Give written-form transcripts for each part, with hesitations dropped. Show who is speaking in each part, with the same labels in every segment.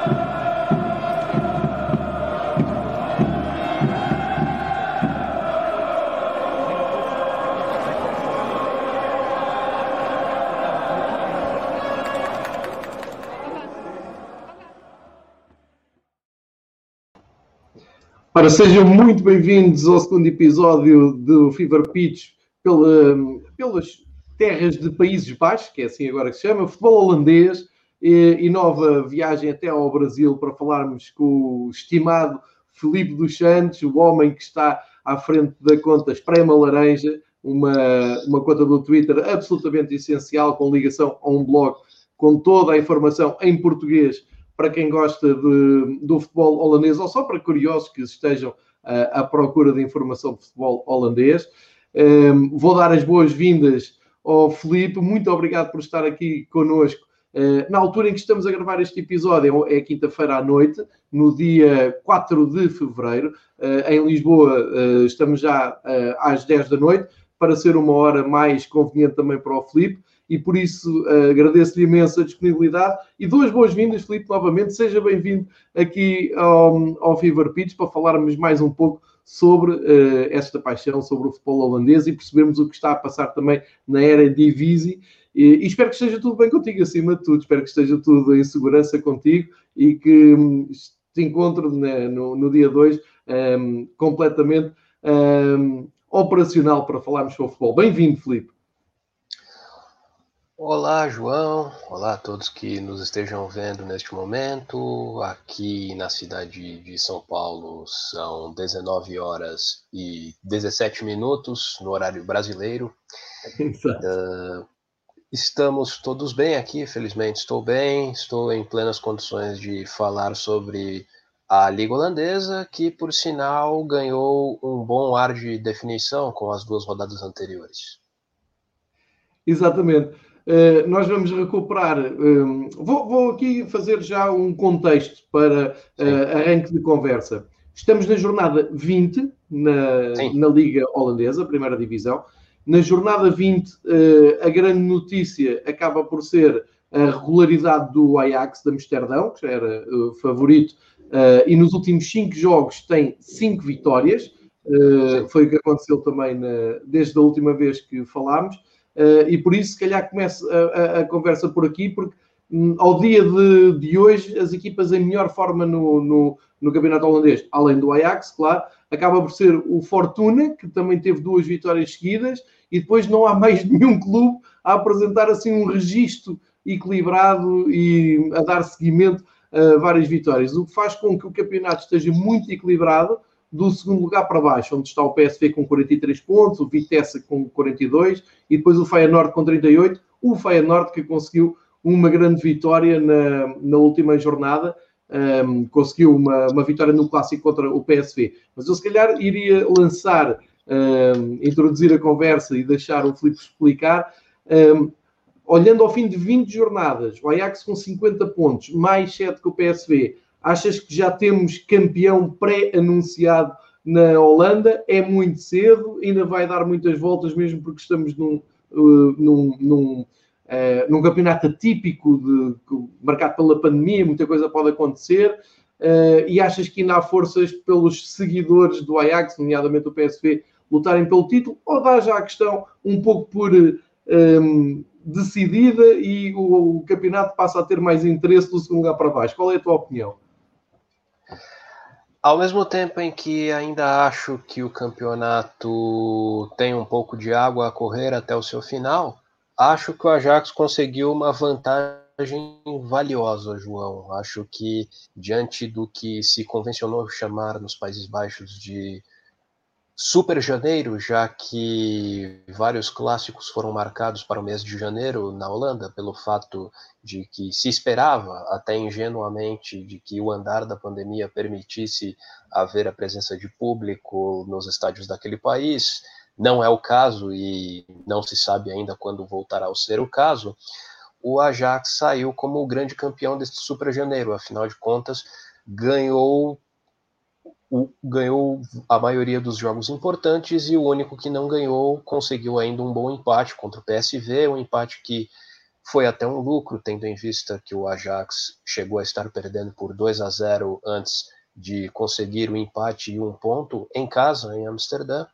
Speaker 1: Ora, sejam muito bem-vindos ao segundo episódio do Fever Pitch pelas terras de Países Baixos, que é assim agora que se chama, futebol holandês, e nova viagem até ao Brasil para falarmos com o estimado Filipe dos Santos, o homem que está à frente da conta Esprema Laranja, uma conta do Twitter absolutamente essencial, com ligação a um blog com toda a informação em português para quem gosta do futebol holandês ou só para curiosos que estejam à procura de informação de futebol holandês. Vou dar as boas-vindas ao Filipe. Muito obrigado por estar aqui connosco. Na altura em que estamos a gravar este episódio, é quinta-feira à noite, no dia 4 de fevereiro. Em Lisboa, estamos já às 10 da noite, para ser uma hora mais conveniente também para o Filipe. E por isso agradeço-lhe imenso a disponibilidade e dou as boas-vindas, Filipe, novamente. Seja bem-vindo aqui ao Fever Pitch para falarmos mais um pouco sobre esta paixão, sobre o futebol holandês e percebermos o que está a passar também na era Divisie. E espero que esteja tudo bem contigo, acima de tudo. Espero que esteja tudo em segurança contigo e que te encontro no dia 2 completamente operacional para falarmos sobre o futebol. Bem-vindo, Filipe.
Speaker 2: Olá, João. Olá a todos que nos estejam vendo neste momento. Aqui na cidade de São Paulo são 19 horas e 17 minutos no horário brasileiro. Estamos todos bem aqui, felizmente estou bem. Estou em plenas condições de falar sobre a Liga Holandesa, que por sinal ganhou um bom ar de definição com as duas rodadas anteriores.
Speaker 1: Exatamente. Nós vamos recuperar. Vou aqui fazer já um contexto para arranque de conversa. Estamos na jornada 20 na Liga Holandesa, primeira divisão. Na jornada 20, a grande notícia acaba por ser a regularidade do Ajax de Amsterdão, que já era favorito, e nos últimos 5 jogos tem 5 vitórias. Foi o que aconteceu também desde a última vez que falámos. E por isso, se calhar, começo a conversa por aqui, porque ao dia de hoje, as equipas em melhor forma no campeonato holandês, além do Ajax, claro, acaba por ser o Fortuna, que também teve 2 vitórias seguidas, e depois não há mais nenhum clube a apresentar assim um registro equilibrado e a dar seguimento a várias vitórias, o que faz com que o campeonato esteja muito equilibrado, do segundo lugar para baixo, onde está o PSV com 43 pontos, o Vitesse com 42 e depois o Feyenoord com 38. O Feyenoord que conseguiu uma grande vitória na última jornada, conseguiu uma vitória no clássico contra o PSV. Mas eu se calhar iria lançar, introduzir a conversa e deixar o Filipe explicar. Olhando ao fim de 20 jornadas, o Ajax com 50 pontos, mais 7 que o PSV, achas que já temos campeão pré-anunciado na Holanda? É muito cedo, ainda vai dar muitas voltas, mesmo porque estamos num campeonato atípico, marcado pela pandemia, muita coisa pode acontecer. E achas que ainda há forças pelos seguidores do Ajax, nomeadamente o PSV, lutarem pelo título? Ou dá já a questão um pouco por decidida e o campeonato passa a ter mais interesse do segundo lugar para baixo? Qual é a tua opinião?
Speaker 2: Ao mesmo tempo em que ainda acho que o campeonato tem um pouco de água a correr até o seu final, acho que o Ajax conseguiu uma vantagem valiosa, João. Acho que, diante do que se convencionou chamar nos Países Baixos de Super Janeiro, já que vários clássicos foram marcados para o mês de janeiro na Holanda, pelo fato de que se esperava, até ingenuamente, de que o andar da pandemia permitisse haver a presença de público nos estádios daquele país. Não é o caso e não se sabe ainda quando voltará a ser o caso. O Ajax saiu como o grande campeão deste Super Janeiro, afinal de contas, ganhou a maioria dos jogos importantes e o único que não ganhou conseguiu ainda um bom empate contra o PSV, um empate que Foi até um lucro, tendo em vista que o Ajax chegou a estar perdendo por 2-0 antes de conseguir o empate e 1 ponto em casa, em Amsterdã,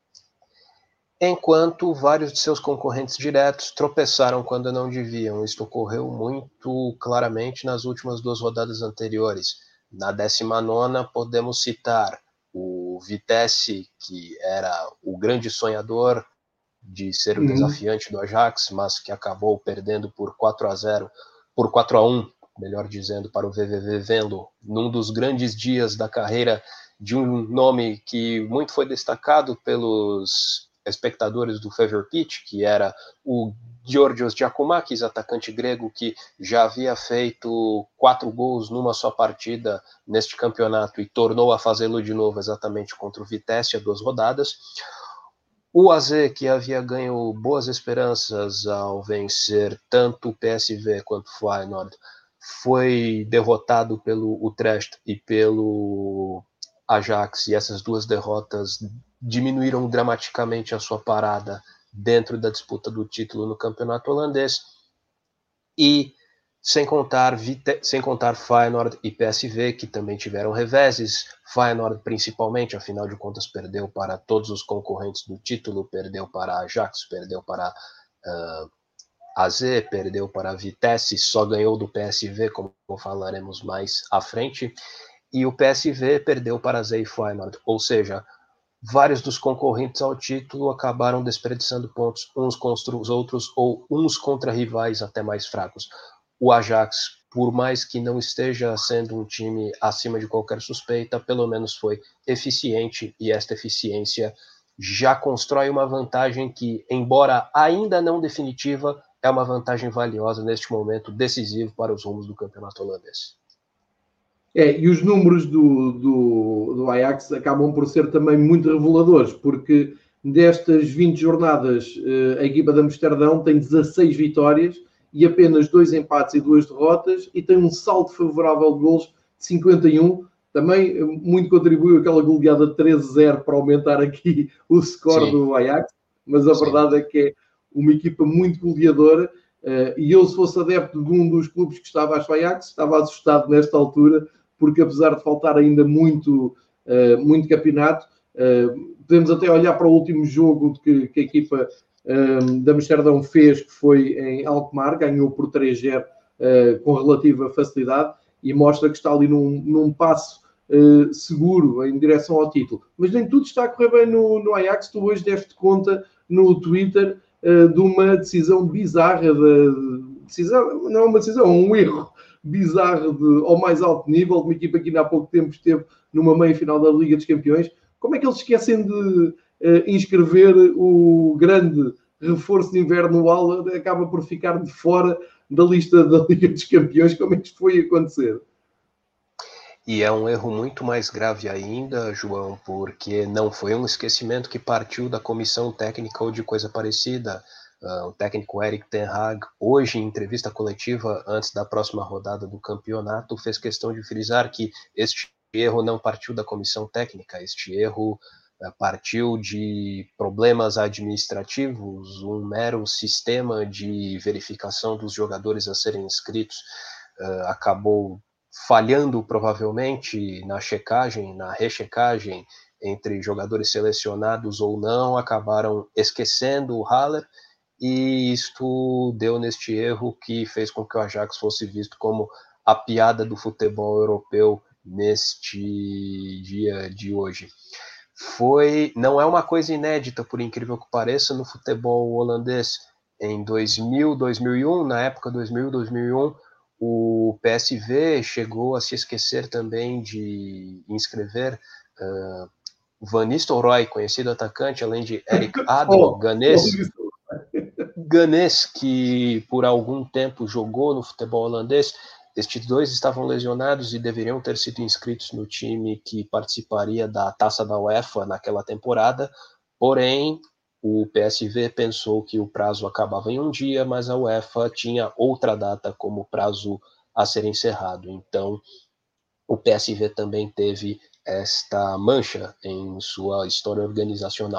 Speaker 2: enquanto vários de seus concorrentes diretos tropeçaram quando não deviam. Isto ocorreu muito claramente nas últimas 2 rodadas anteriores. Na 19ª, podemos citar o Vitesse, que era o grande sonhador de ser o desafiante do Ajax, mas que acabou perdendo por 4-1, melhor dizendo, para o VVV Venlo, num dos grandes dias da carreira de um nome que muito foi destacado pelos espectadores do Fever Pitch, que era o Georgios Giacomakis, atacante grego que já havia feito 4 gols numa só partida neste campeonato e tornou a fazê-lo de novo exatamente contra o Vitesse há 2 rodadas. O AZ, que havia ganho boas esperanças ao vencer tanto o PSV quanto o Feyenoord, foi derrotado pelo Utrecht e pelo Ajax, e essas 2 derrotas diminuíram dramaticamente a sua parada dentro da disputa do título no campeonato holandês. E sem contar Feyenoord e PSV, que também tiveram reveses. Feyenoord principalmente, afinal de contas, perdeu para todos os concorrentes do título, perdeu para Ajax, perdeu para AZ, perdeu para Vitesse, só ganhou do PSV, como falaremos mais à frente, e o PSV perdeu para AZ e Feyenoord, ou seja, vários dos concorrentes ao título acabaram desperdiçando pontos uns contra os outros ou uns contra rivais até mais fracos. O Ajax, por mais que não esteja sendo um time acima de qualquer suspeita, pelo menos foi eficiente, e esta eficiência já constrói uma vantagem que, embora ainda não definitiva, é uma vantagem valiosa neste momento decisivo para os rumos do campeonato holandês.
Speaker 1: E os números do Ajax acabam por ser também muito reveladores, porque destas 20 jornadas a equipa de Amsterdão tem 16 vitórias e apenas 2 empates e 2 derrotas, e tem um saldo favorável de golos de 51. Também muito contribuiu aquela goleada de 13-0 para aumentar aqui o score do Ajax, mas a verdade é que é uma equipa muito goleadora, e eu, se fosse adepto de um dos clubes que estava abaixo do Ajax, estava assustado nesta altura, porque apesar de faltar ainda muito campeonato, podemos até olhar para o último jogo que a equipa da Amsterdão fez, que foi em Alkmaar, ganhou por 3-0 com relativa facilidade, e mostra que está ali num passo seguro em direção ao título. Mas nem tudo está a correr bem no Ajax. Tu hoje deste conta no Twitter de uma decisão bizarra, não é uma decisão, é um erro bizarro ao mais alto nível, de uma equipa que ainda há pouco tempo esteve numa meia-final da Liga dos Campeões. Como é que eles esquecem de inscrever o grande reforço de inverno? O Ala acaba por ficar de fora da lista da Liga dos Campeões. Como é que isto foi acontecer?
Speaker 2: E é um erro muito mais grave ainda, João, porque não foi um esquecimento que partiu da comissão técnica ou de coisa parecida. O técnico Erik ten Hag, hoje em entrevista coletiva antes da próxima rodada do campeonato, fez questão de frisar que este erro não partiu da comissão técnica, este erro partiu de problemas administrativos, um mero sistema de verificação dos jogadores a serem inscritos acabou falhando provavelmente na checagem, na rechecagem entre jogadores selecionados ou não, acabaram esquecendo o Haller, e isto deu neste erro que fez com que o Ajax fosse visto como a piada do futebol europeu neste dia de hoje. Não é uma coisa inédita, por incrível que pareça, no futebol holandês. Em 2000, 2001, na época 2000, 2001, o PSV chegou a se esquecer também de inscrever Van Nistelrooy, conhecido atacante, além de Erik Adel, ganês, que por algum tempo jogou no futebol holandês. Estes 2 estavam lesionados e deveriam ter sido inscritos no time que participaria da Taça da UEFA naquela temporada, porém o PSV pensou que o prazo acabava em um dia, mas a UEFA tinha outra data como prazo a ser encerrado. Então o PSV também teve esta mancha em sua história organizacional.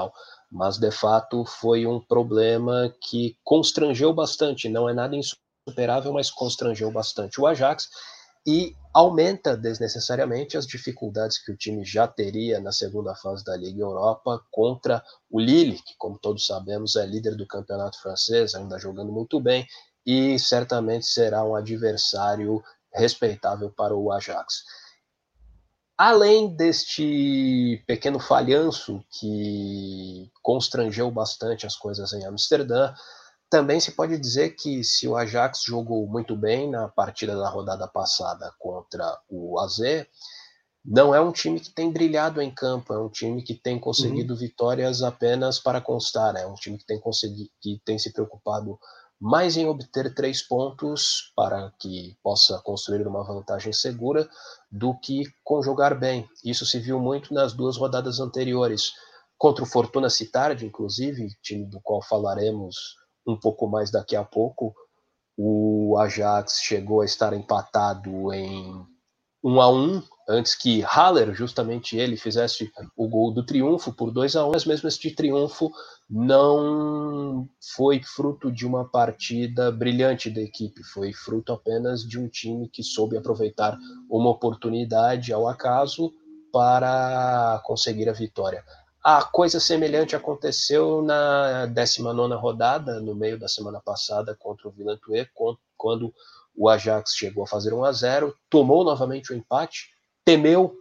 Speaker 2: mas de fato foi um problema que constrangeu bastante, não é nada insuperável, mas constrangeu bastante o Ajax e aumenta desnecessariamente as dificuldades que o time já teria na segunda fase da Liga Europa contra o Lille, que, como todos sabemos, é líder do campeonato francês, ainda jogando muito bem, e certamente será um adversário respeitável para o Ajax. Além deste pequeno falhanço que constrangeu bastante as coisas em Amsterdã, também se pode dizer que se o Ajax jogou muito bem na partida da rodada passada contra o AZ, não é um time que tem brilhado em campo, é um time que tem conseguido vitórias apenas para constar, é um time que tem se preocupado mais em obter 3 pontos para que possa construir uma vantagem segura do que conjugar bem. Isso se viu muito nas 2 rodadas anteriores, contra o Fortuna Sittard, inclusive, time do qual falaremos um pouco mais daqui a pouco. O Ajax chegou a estar empatado em 1-1, antes que Haller, justamente ele, fizesse o gol do triunfo por 2-1, mas mesmo este triunfo não foi fruto de uma partida brilhante da equipe, foi fruto apenas de um time que soube aproveitar uma oportunidade ao acaso para conseguir a vitória. A coisa semelhante aconteceu na 19ª rodada, no meio da semana passada, contra o Villantoue, quando o Ajax chegou a fazer 1-0, tomou novamente o empate, temeu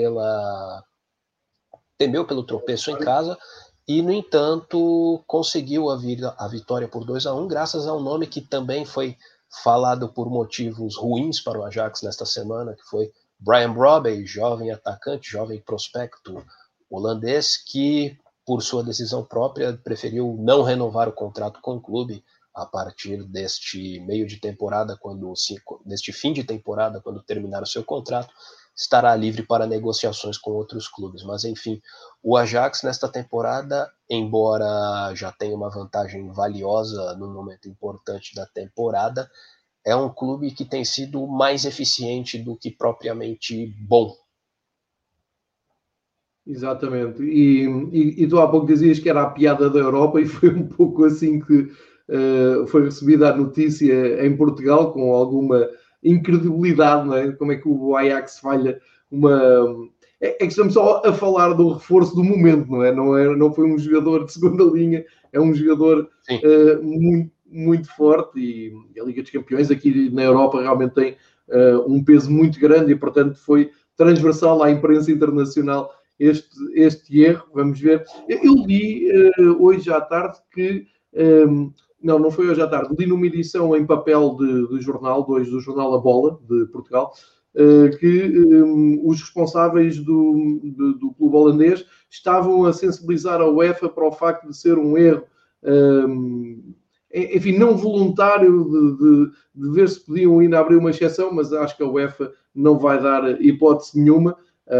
Speaker 2: pelo tropeço em casa e, no entanto, conseguiu a vitória por 2-1, graças a um nome que também foi falado por motivos ruins para o Ajax nesta semana, que foi Brian Brobby, jovem atacante, jovem prospecto holandês, que, por sua decisão própria, preferiu não renovar o contrato com o clube a partir deste meio de temporada, deste fim de temporada, quando terminar o seu contrato, estará livre para negociações com outros clubes. Mas, enfim, o Ajax nesta temporada, embora já tenha uma vantagem valiosa no momento importante da temporada, é um clube que tem sido mais eficiente do que propriamente bom.
Speaker 1: Exatamente. E tu há pouco dizias que era a piada da Europa e foi um pouco assim que foi recebida a notícia em Portugal, com alguma incredibilidade, não é? Como é que o Ajax falha uma... É que estamos só a falar do reforço do momento, não é? Não foi um jogador de segunda linha, é um jogador muito, muito forte e a Liga dos Campeões aqui na Europa realmente tem um peso muito grande e, portanto, foi transversal à imprensa internacional este erro. Vamos ver. Eu li hoje à tarde que... não foi hoje à tarde. Li numa edição em papel de jornal, hoje do jornal A Bola, de Portugal, que os responsáveis do clube holandês estavam a sensibilizar a UEFA para o facto de ser um erro, enfim, não voluntário, de ver se podiam ainda abrir uma exceção, mas acho que a UEFA não vai dar hipótese nenhuma.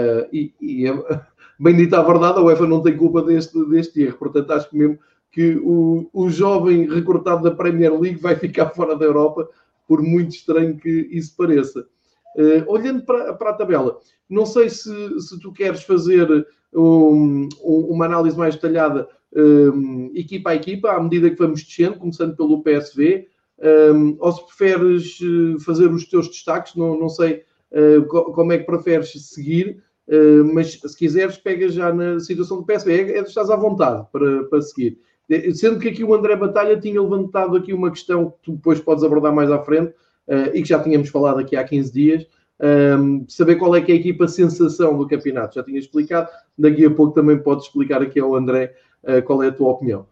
Speaker 1: Bem dita a verdade, a UEFA não tem culpa deste erro. Portanto, acho que mesmo que o jovem recortado da Premier League vai ficar fora da Europa, por muito estranho que isso pareça. Olhando para a tabela, não sei se tu queres fazer uma análise mais detalhada equipa a equipa, à medida que vamos descendo, começando pelo PSV, ou se preferes fazer os teus destaques, não sei como é que preferes seguir, mas se quiseres, pega já na situação do PSV, estás à vontade para seguir. Sendo que aqui o André Batalha tinha levantado aqui uma questão que tu depois podes abordar mais à frente, e que já tínhamos falado aqui há 15 dias, saber qual é que é a equipa sensação do campeonato. Já tinha explicado, daqui a pouco também podes explicar aqui ao André qual é a tua opinião.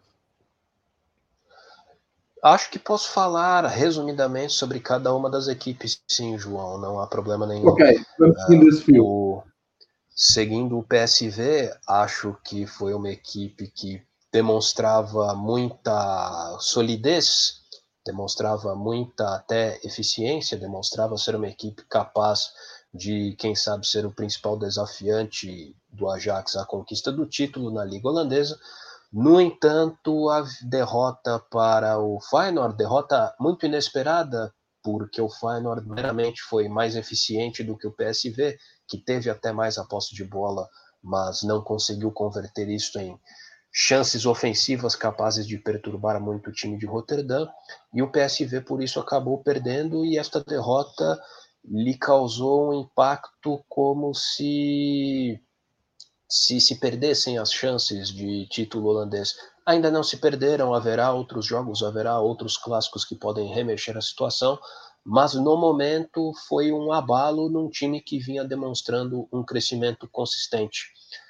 Speaker 2: Acho que posso falar resumidamente sobre cada uma das equipes, sim, João, não há problema nenhum.
Speaker 1: Ok, vamos seguindo esse fio.
Speaker 2: Seguindo o PSV, acho que foi uma equipe que demonstrava muita solidez, demonstrava muita até eficiência, demonstrava ser uma equipe capaz de, quem sabe, ser o principal desafiante do Ajax à conquista do título na Liga Holandesa. No entanto, a derrota para o Feyenoord, derrota muito inesperada, porque o Feyenoord meramente foi mais eficiente do que o PSV, que teve até mais a posse de bola, mas não conseguiu converter isso em chances ofensivas capazes de perturbar muito o time de Roterdã, e o PSV por isso acabou perdendo, e esta derrota lhe causou um impacto como se perdessem as chances de título holandês. Ainda não se perderam, haverá outros jogos, haverá outros clássicos que podem remexer a situação, mas no momento foi um abalo num time que vinha demonstrando um crescimento consistente.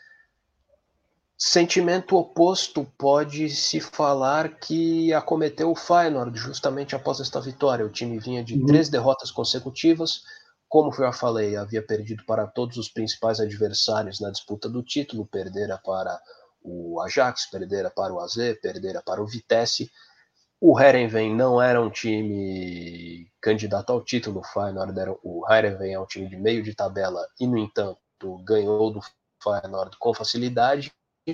Speaker 2: Sentimento oposto pode-se falar que acometeu o Feyenoord justamente após esta vitória. O time vinha de 3 derrotas consecutivas. Como eu já falei, havia perdido para todos os principais adversários na disputa do título, perdera para o Ajax, perdera para o AZ, perdera para o Vitesse. O Heerenveen não era um time candidato ao título, o Heerenveen é um time de meio de tabela e, no entanto, ganhou do Feyenoord com facilidade.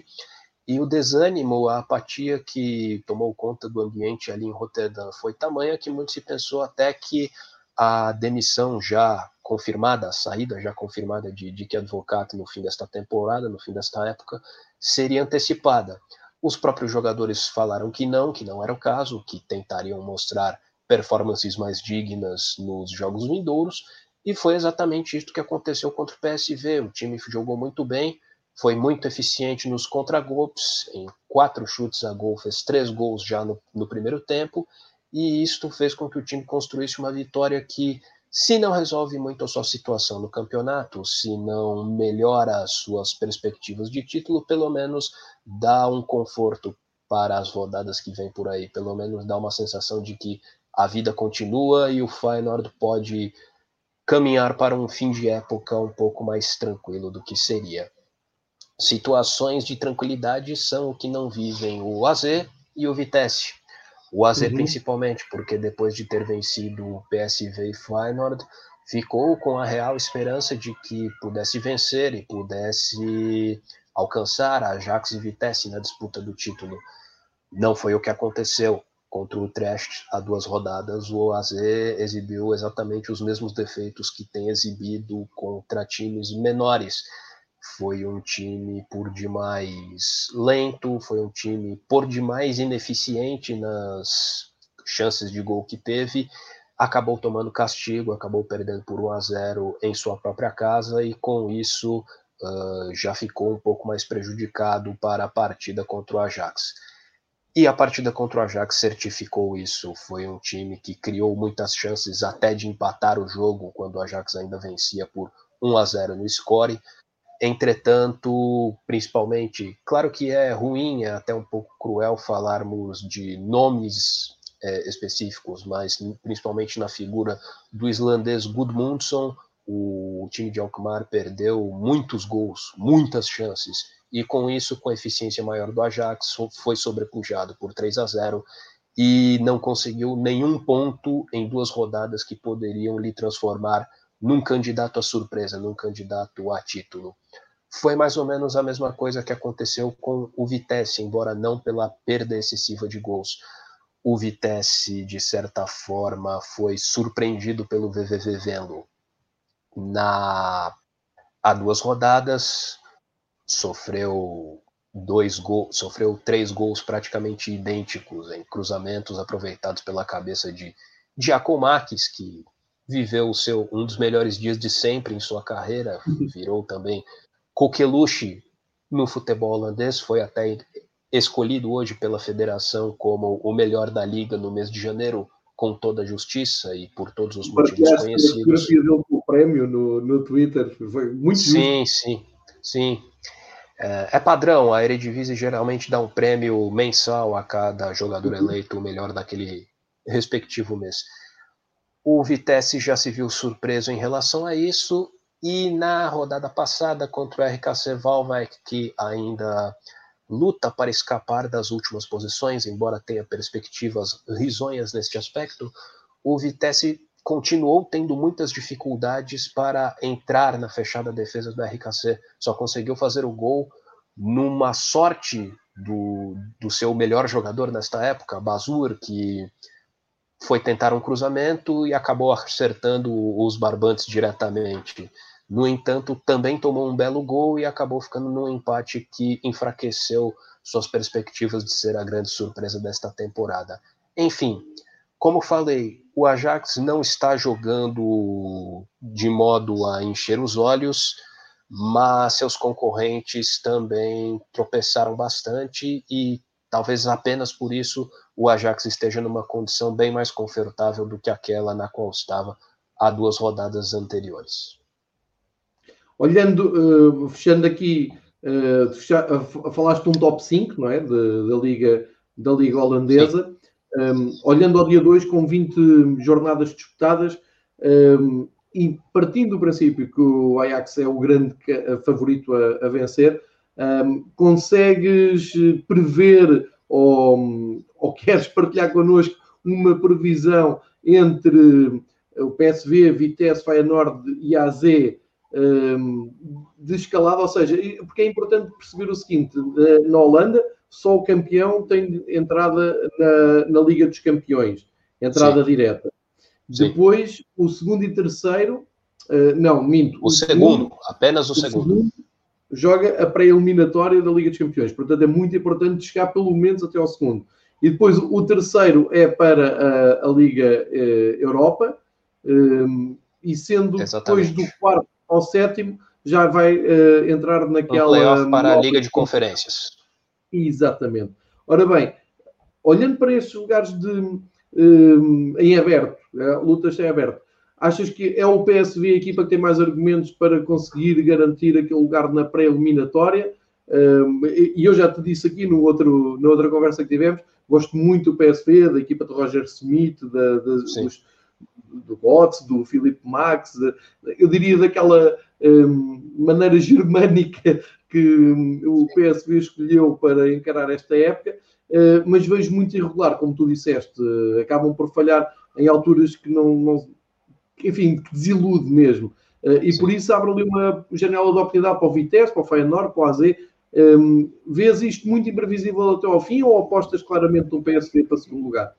Speaker 2: E o desânimo, a apatia que tomou conta do ambiente ali em Roterdã foi tamanha que muito se pensou até que a demissão já confirmada, a saída já confirmada de Dick Advocaat no fim desta temporada, no fim desta época, seria antecipada. Os próprios jogadores falaram que não era o caso, que tentariam mostrar performances mais dignas nos jogos vindouros, e foi exatamente isso que aconteceu contra o PSV. O time jogou muito bem, foi muito eficiente nos contragolpes, em 4 chutes a gol, fez 3 gols já no primeiro tempo, e isto fez com que o time construísse uma vitória que, se não resolve muito a sua situação no campeonato, se não melhora as suas perspectivas de título, pelo menos dá um conforto para as rodadas que vêm por aí, pelo menos dá uma sensação de que a vida continua e o Feyenoord pode caminhar para um fim de época um pouco mais tranquilo do que seria. Situações de tranquilidade são o que não vivem o AZ e o Vitesse. O AZ principalmente, porque depois de ter vencido o PSV e Feyenoord, ficou com a real esperança de que pudesse vencer e pudesse alcançar a Ajax e Vitesse na disputa do título. Não foi o que aconteceu. Contra o Utrecht, há 2 rodadas, o AZ exibiu exatamente os mesmos defeitos que tem exibido contra times menores. Foi um time por demais lento, foi um time por demais ineficiente nas chances de gol que teve, acabou tomando castigo, acabou perdendo por 1-0 em sua própria casa e com isso já ficou um pouco mais prejudicado para a partida contra o Ajax. E a partida contra o Ajax certificou isso. Foi um time que criou muitas chances até de empatar o jogo, quando o Ajax ainda vencia por 1-0 no score. Entretanto, principalmente, claro que é ruim, é até um pouco cruel falarmos de nomes específicos, mas principalmente na figura do islandês Gudmundsson, o time de Alkmaar perdeu muitos gols, muitas chances, e com isso, com a eficiência maior do Ajax, foi sobrepujado por 3-0 e não conseguiu nenhum ponto em 2 rodadas que poderiam lhe transformar num candidato à surpresa, num candidato a título. Foi mais ou menos a mesma coisa que aconteceu com o Vitesse, embora não pela perda excessiva de gols. O Vitesse, de certa forma, foi surpreendido pelo VVV Venlo. Há 2 rodadas, sofreu 3 gols praticamente idênticos em cruzamentos aproveitados pela cabeça de Giacomakis, que viveu um dos melhores dias de sempre em sua carreira, virou também Coqueluche no futebol holandês, foi até escolhido hoje pela federação como o melhor da liga no mês de janeiro, com toda a justiça e por todos os motivos conhecidos. A
Speaker 1: fotografia dele com o prémio no Twitter foi muito
Speaker 2: justo. Sim. É padrão, a Eredivisie geralmente dá um prêmio mensal a cada jogador eleito o melhor daquele respectivo mês. O Vitesse já se viu surpreso em relação a isso, e na rodada passada contra o RKC Waalwijk, que ainda luta para escapar das últimas posições, embora tenha perspectivas risonhas neste aspecto, o Vitesse continuou tendo muitas dificuldades para entrar na fechada defesa do RKC, só conseguiu fazer o gol numa sorte do seu melhor jogador nesta época, Basur, que foi tentar um cruzamento e acabou acertando os barbantes diretamente. No entanto, também tomou um belo gol e acabou ficando num empate que enfraqueceu suas perspectivas de ser a grande surpresa desta temporada. Enfim, como falei, o Ajax não está jogando de modo a encher os olhos, mas seus concorrentes também tropeçaram bastante e talvez apenas por isso o Ajax esteja numa condição bem mais confortável do que aquela na qual estava há 2 rodadas anteriores.
Speaker 1: Olhando, fechando aqui, falaste de um top 5, não é? Da Liga Holandesa. Olhando ao dia 2, com 20 jornadas disputadas, e partindo do princípio que o Ajax é o grande favorito a vencer, consegues prever ou queres partilhar connosco uma previsão entre o PSV, Vitesse, Feyenoord e AZ de escalada? Ou seja, porque é importante perceber o seguinte: na Holanda só o campeão tem entrada na Liga dos Campeões, entrada direta. Depois, o segundo e terceiro, não, minto.
Speaker 2: O segundo, apenas o segundo.
Speaker 1: Joga a pré-eliminatória da Liga dos Campeões. Portanto, é muito importante chegar pelo menos até ao segundo. E depois, o terceiro é para a Liga Europa. E sendo depois do quarto ao sétimo, já vai entrar naquela...
Speaker 2: playoff para a Liga de Conferências.
Speaker 1: Exatamente. Ora bem, olhando para estes lugares em aberto, lutas em aberto, achas que é o PSV a equipa que tem mais argumentos para conseguir garantir aquele lugar na pré-eliminatória? E eu já te disse aqui na outra conversa que tivemos, gosto muito do PSV, da equipa de Roger Smith, do Götze, do Filipe Max, eu diria daquela maneira germânica que o PSV escolheu para encarar esta época, mas vejo muito irregular, como tu disseste, acabam por falhar em alturas que enfim, que desilude mesmo. E por isso abre ali uma janela de oportunidade para o Vitesse, para o Feyenoord, para o AZ. Vês isto muito imprevisível até ao fim ou apostas claramente no PSV para segundo lugar?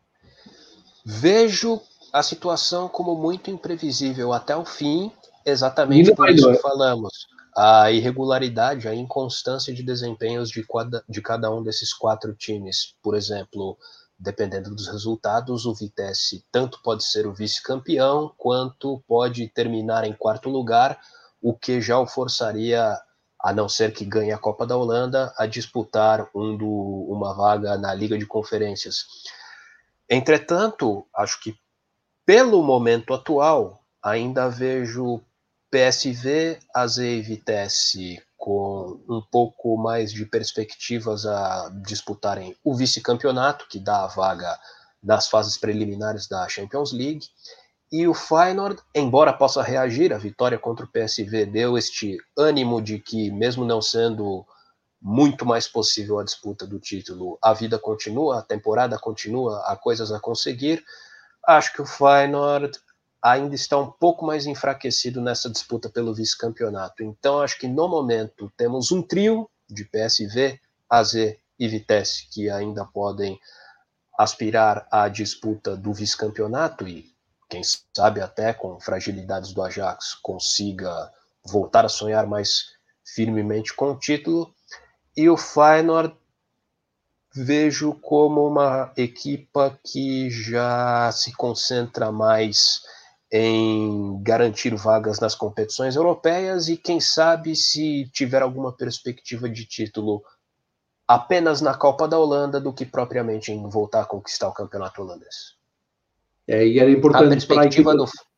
Speaker 2: Vejo a situação como muito imprevisível até o fim, exatamente por isso que falamos. A irregularidade, a inconstância de desempenhos de cada um desses 4 times. Por exemplo, dependendo dos resultados, o Vitesse tanto pode ser o vice-campeão, quanto pode terminar em 4º lugar, o que já o forçaria, a não ser que ganhe a Copa da Holanda, a disputar uma vaga na Liga de Conferências. Entretanto, acho que pelo momento atual, ainda vejo PSV, AZ e Vitesse com um pouco mais de perspectivas a disputarem o vice-campeonato, que dá a vaga nas fases preliminares da Champions League, e o Feyenoord, embora possa reagir, a vitória contra o PSV deu este ânimo de que, mesmo não sendo muito mais possível a disputa do título, a vida continua, a temporada continua, há coisas a conseguir. Acho que o Feyenoord ainda está um pouco mais enfraquecido nessa disputa pelo vice-campeonato. Então, acho que no momento temos um trio de PSV, AZ e Vitesse que ainda podem aspirar à disputa do vice-campeonato e, quem sabe, até com fragilidades do Ajax, consiga voltar a sonhar mais firmemente com o título. E o Feyenoord vejo como uma equipa que já se concentra mais em garantir vagas nas competições europeias e, quem sabe, se tiver alguma perspectiva de título apenas na Copa da Holanda do que propriamente em voltar a conquistar o campeonato holandês.
Speaker 1: E era importante
Speaker 2: a perspectiva
Speaker 1: para a equipa...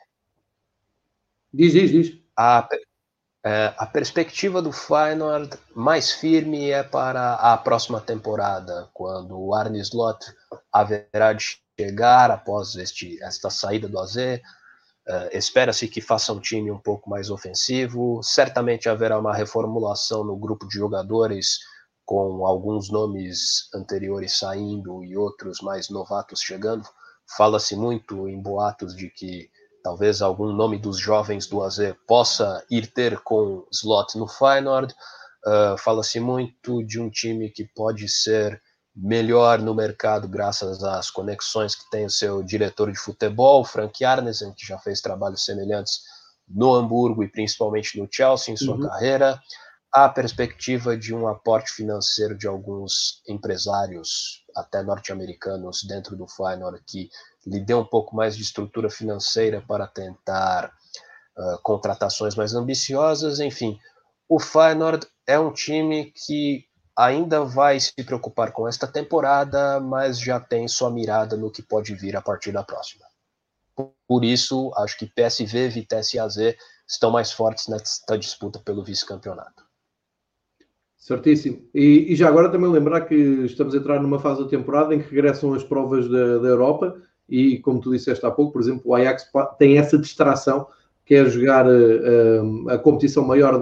Speaker 1: Diz.
Speaker 2: A perspectiva do Feyenoord mais firme é para a próxima temporada, quando o Arne Slot haverá de chegar após esta saída do AZ. Espera-se que faça um time um pouco mais ofensivo. Certamente haverá uma reformulação no grupo de jogadores, com alguns nomes anteriores saindo e outros mais novatos chegando. Fala-se muito em boatos de que talvez algum nome dos jovens do AZ possa ir ter com Slot no Feyenoord. Fala-se muito de um time que pode ser melhor no mercado graças às conexões que tem o seu diretor de futebol, Frank Arnesen, que já fez trabalhos semelhantes no Hamburgo e principalmente no Chelsea em sua carreira. há perspectiva de um aporte financeiro de alguns empresários, até norte-americanos, dentro do Feyenoord, que lhe dê um pouco mais de estrutura financeira para tentar contratações mais ambiciosas. Enfim, o Feyenoord é um time que ainda vai se preocupar com esta temporada, mas já tem sua mirada no que pode vir a partir da próxima. Por isso, acho que PSV, Vitesse e AZ estão mais fortes nesta disputa pelo vice-campeonato.
Speaker 1: Certíssimo. E já agora também lembrar que estamos a entrar numa fase da temporada em que regressam as provas da Europa e, como tu disseste há pouco, por exemplo, o Ajax tem essa distração, que é jogar a competição maior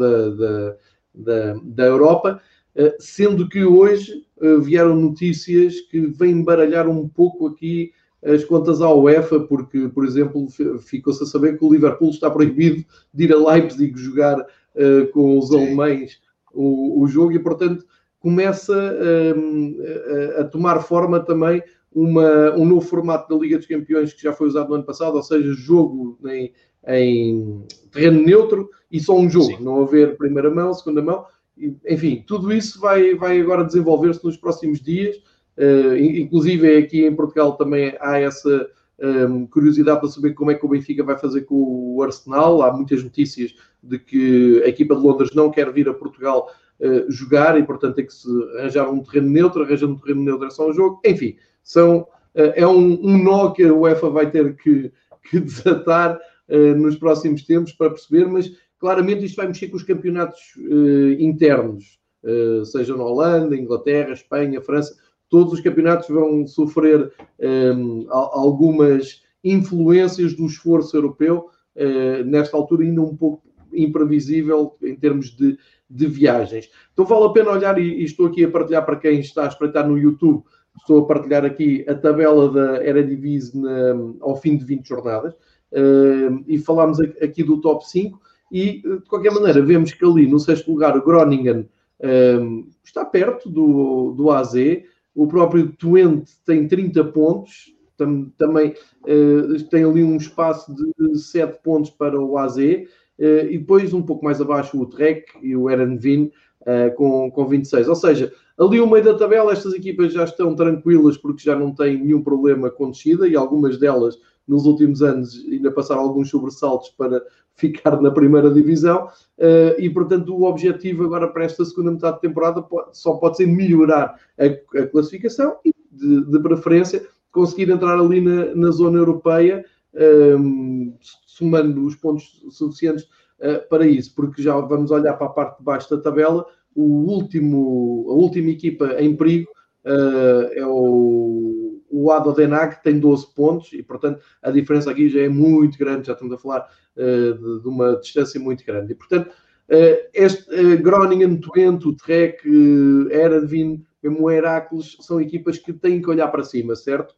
Speaker 1: da Europa, sendo que hoje vieram notícias que vêm baralhar um pouco aqui as contas à UEFA, porque, por exemplo, ficou-se a saber que o Liverpool está proibido de ir a Leipzig jogar com os alemães o jogo e, portanto, começa a tomar forma também um novo formato da Liga dos Campeões que já foi usado no ano passado, ou seja, jogo em terreno neutro e só um jogo, não haver primeira mão, segunda mão, enfim, tudo isso vai agora desenvolver-se nos próximos dias, inclusive aqui em Portugal também há essa curiosidade para saber como é que o Benfica vai fazer com o Arsenal. Há muitas notícias de que a equipa de Londres não quer vir a Portugal jogar e, portanto, tem que se arranjar um terreno neutro. Arranjando um terreno neutro é só um jogo. Enfim, é um nó que a UEFA vai ter que desatar nos próximos tempos para perceber, mas claramente isto vai mexer com os campeonatos internos, seja na Holanda, Inglaterra, Espanha, França. Todos os campeonatos vão sofrer algumas influências do esforço europeu, nesta altura ainda um pouco imprevisível em termos de viagens. Então vale a pena olhar, e estou aqui a partilhar para quem está a espreitar no YouTube, estou a partilhar aqui a tabela da Eredivisie ao fim de 20 jornadas, e falámos aqui do top 5, e de qualquer maneira vemos que ali no sexto lugar o Groningen está perto do AZ. O próprio Twente tem 30 pontos, também tem ali um espaço de 7 pontos para o AZ, e depois um pouco mais abaixo o Trek e o Heerenveen com 26. Ou seja, ali no meio da tabela estas equipas já estão tranquilas porque já não têm nenhum problema com descida, e algumas delas nos últimos anos ainda passaram alguns sobressaltos para ficar na primeira divisão, e portanto o objetivo agora para esta segunda metade de temporada só pode ser melhorar a classificação e de preferência conseguir entrar ali na zona europeia, somando os pontos suficientes para isso, porque já vamos olhar para a parte de baixo da tabela. A última equipa em perigo é o ADO Den Haag, que tem 12 pontos, e portanto a diferença aqui já é muito grande, já estamos a falar de uma distância muito grande. E portanto este Groningen, Twente, o Trek, Heerenveen, mesmo o Heracles, são equipas que têm que olhar para cima, certo?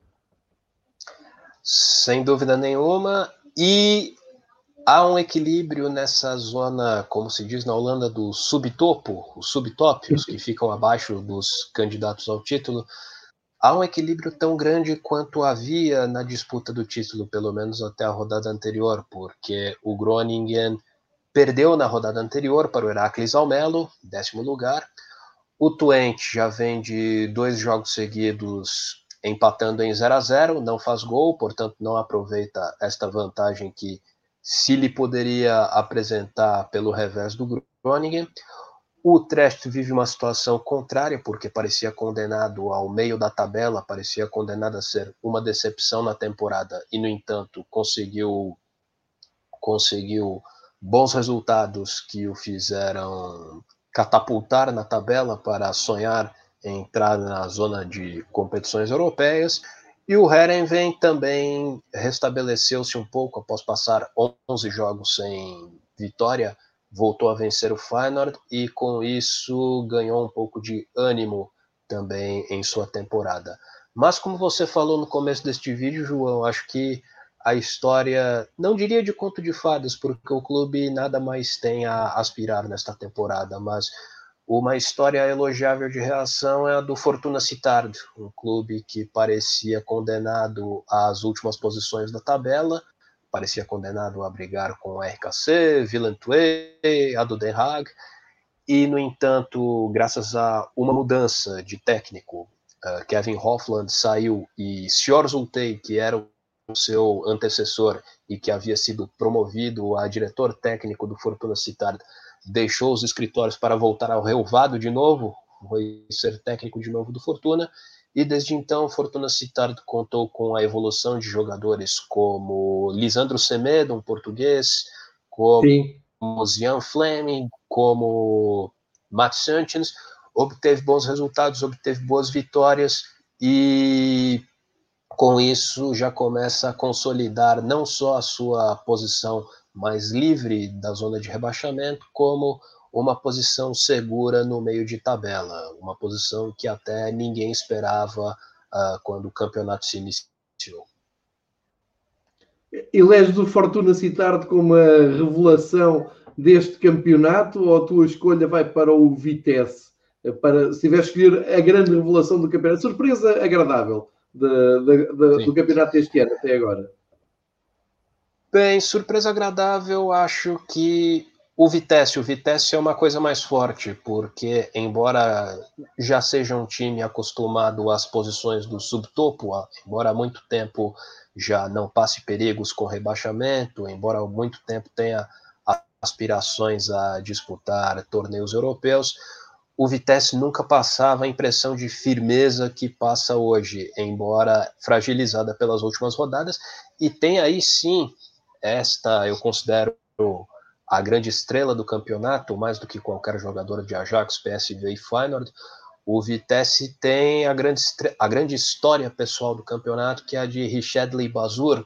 Speaker 2: Sem dúvida nenhuma, e há um equilíbrio nessa zona, como se diz na Holanda, do subtopo, os subtop, os que ficam abaixo dos candidatos ao título. Há um equilíbrio tão grande quanto havia na disputa do título, pelo menos até a rodada anterior, porque o Groningen perdeu na rodada anterior para o Heracles Almelo, 10º lugar. O Twente já vem de 2 jogos seguidos empatando em 0-0, não faz gol, portanto não aproveita esta vantagem que se lhe poderia apresentar pelo revés do Groningen. O Utrecht vive uma situação contrária, porque parecia condenado ao meio da tabela, parecia condenado a ser uma decepção na temporada, e no entanto conseguiu bons resultados que o fizeram catapultar na tabela para sonhar em entrar na zona de competições europeias. E o Heerenveen também restabeleceu-se um pouco após passar 11 jogos sem vitória, voltou a vencer o Feyenoord e com isso ganhou um pouco de ânimo também em sua temporada. Mas como você falou no começo deste vídeo, João, acho que a história, não diria de conto de fadas, porque o clube nada mais tem a aspirar nesta temporada, mas uma história elogiável de reação é a do Fortuna Sittard, um clube que parecia condenado às últimas posições da tabela, parecia condenado a brigar com o RKC, Willem II, ADO Den Haag, e, no entanto, graças a uma mudança de técnico, Kevin Hofland saiu e Sjór Zultay, que era o seu antecessor e que havia sido promovido a diretor técnico do Fortuna Sittard, deixou os escritórios para voltar ao relvado de novo, foi ser técnico de novo do Fortuna, e desde então Fortuna Sittard contou com a evolução de jogadores como Lisandro Semedo, um português, como Jan Fleming, como Mats Santjens, obteve bons resultados, obteve boas vitórias e com isso já começa a consolidar não só a sua posição mais livre da zona de rebaixamento, como uma posição segura no meio de tabela, uma posição que até ninguém esperava quando o campeonato se iniciou.
Speaker 1: Eleges o Fortuna Sittard como a revelação deste campeonato ou a tua escolha vai para o Vitesse? Se tiveres escolher a grande revelação do campeonato, surpresa agradável do campeonato deste ano até agora.
Speaker 2: Bem, surpresa agradável, acho que o Vitesse é uma coisa mais forte, porque embora já seja um time acostumado às posições do subtopo, embora há muito tempo já não passe perigos com rebaixamento, embora há muito tempo tenha aspirações a disputar torneios europeus, o Vitesse nunca passava a impressão de firmeza que passa hoje, embora fragilizada pelas últimas rodadas, e tem aí sim, esta eu considero a grande estrela do campeonato, mais do que qualquer jogador de Ajax, PSV e Feyenoord. O Vitesse tem a grande história pessoal do campeonato, que é a de Richedly Bazoer,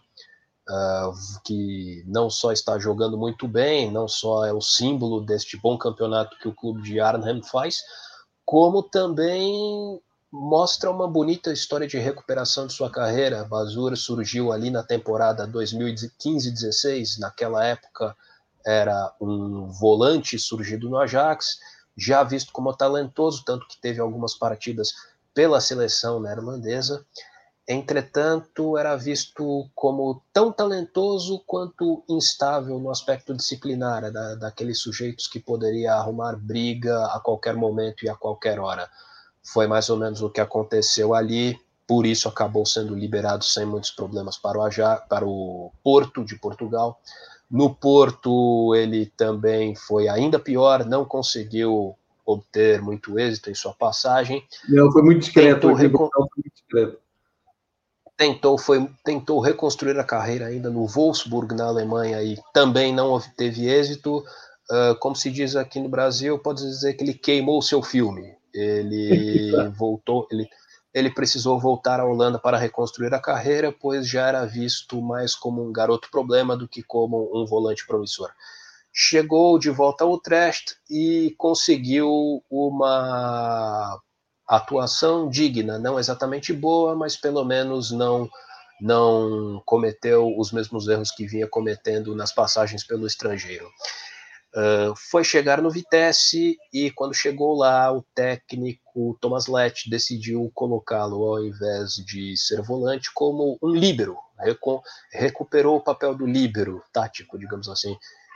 Speaker 2: que não só está jogando muito bem, não só é o símbolo deste bom campeonato que o clube de Arnhem faz, como também mostra uma bonita história de recuperação de sua carreira. Bazoer surgiu ali na temporada 2015-16, naquela época era um volante surgido no Ajax, já visto como talentoso, tanto que teve algumas partidas pela seleção neerlandesa. Entretanto, era visto como tão talentoso quanto instável no aspecto disciplinar, daqueles sujeitos que poderia arrumar briga a qualquer momento e a qualquer hora. Foi mais ou menos o que aconteceu ali, por isso acabou sendo liberado sem muitos problemas para o Porto de Portugal. No Porto, ele também foi ainda pior, não conseguiu obter muito êxito em sua passagem.
Speaker 1: Não, foi muito discreto.
Speaker 2: Tentou reconstruir a carreira ainda no Wolfsburg, na Alemanha, e também não obteve êxito. Como se diz aqui no Brasil, pode dizer que ele queimou o seu filme. Ele voltou, ele precisou voltar à Holanda para reconstruir a carreira, pois já era visto mais como um garoto problema do que como um volante promissor. Chegou de volta ao Utrecht e conseguiu uma atuação digna, não exatamente boa, mas pelo menos não cometeu os mesmos erros que vinha cometendo nas passagens pelo estrangeiro. Foi chegar no Vitesse e quando chegou lá, o técnico Thomas Lett decidiu colocá-lo, ao invés de ser volante, como um líbero. Recuperou o papel do líbero tático, digamos assim.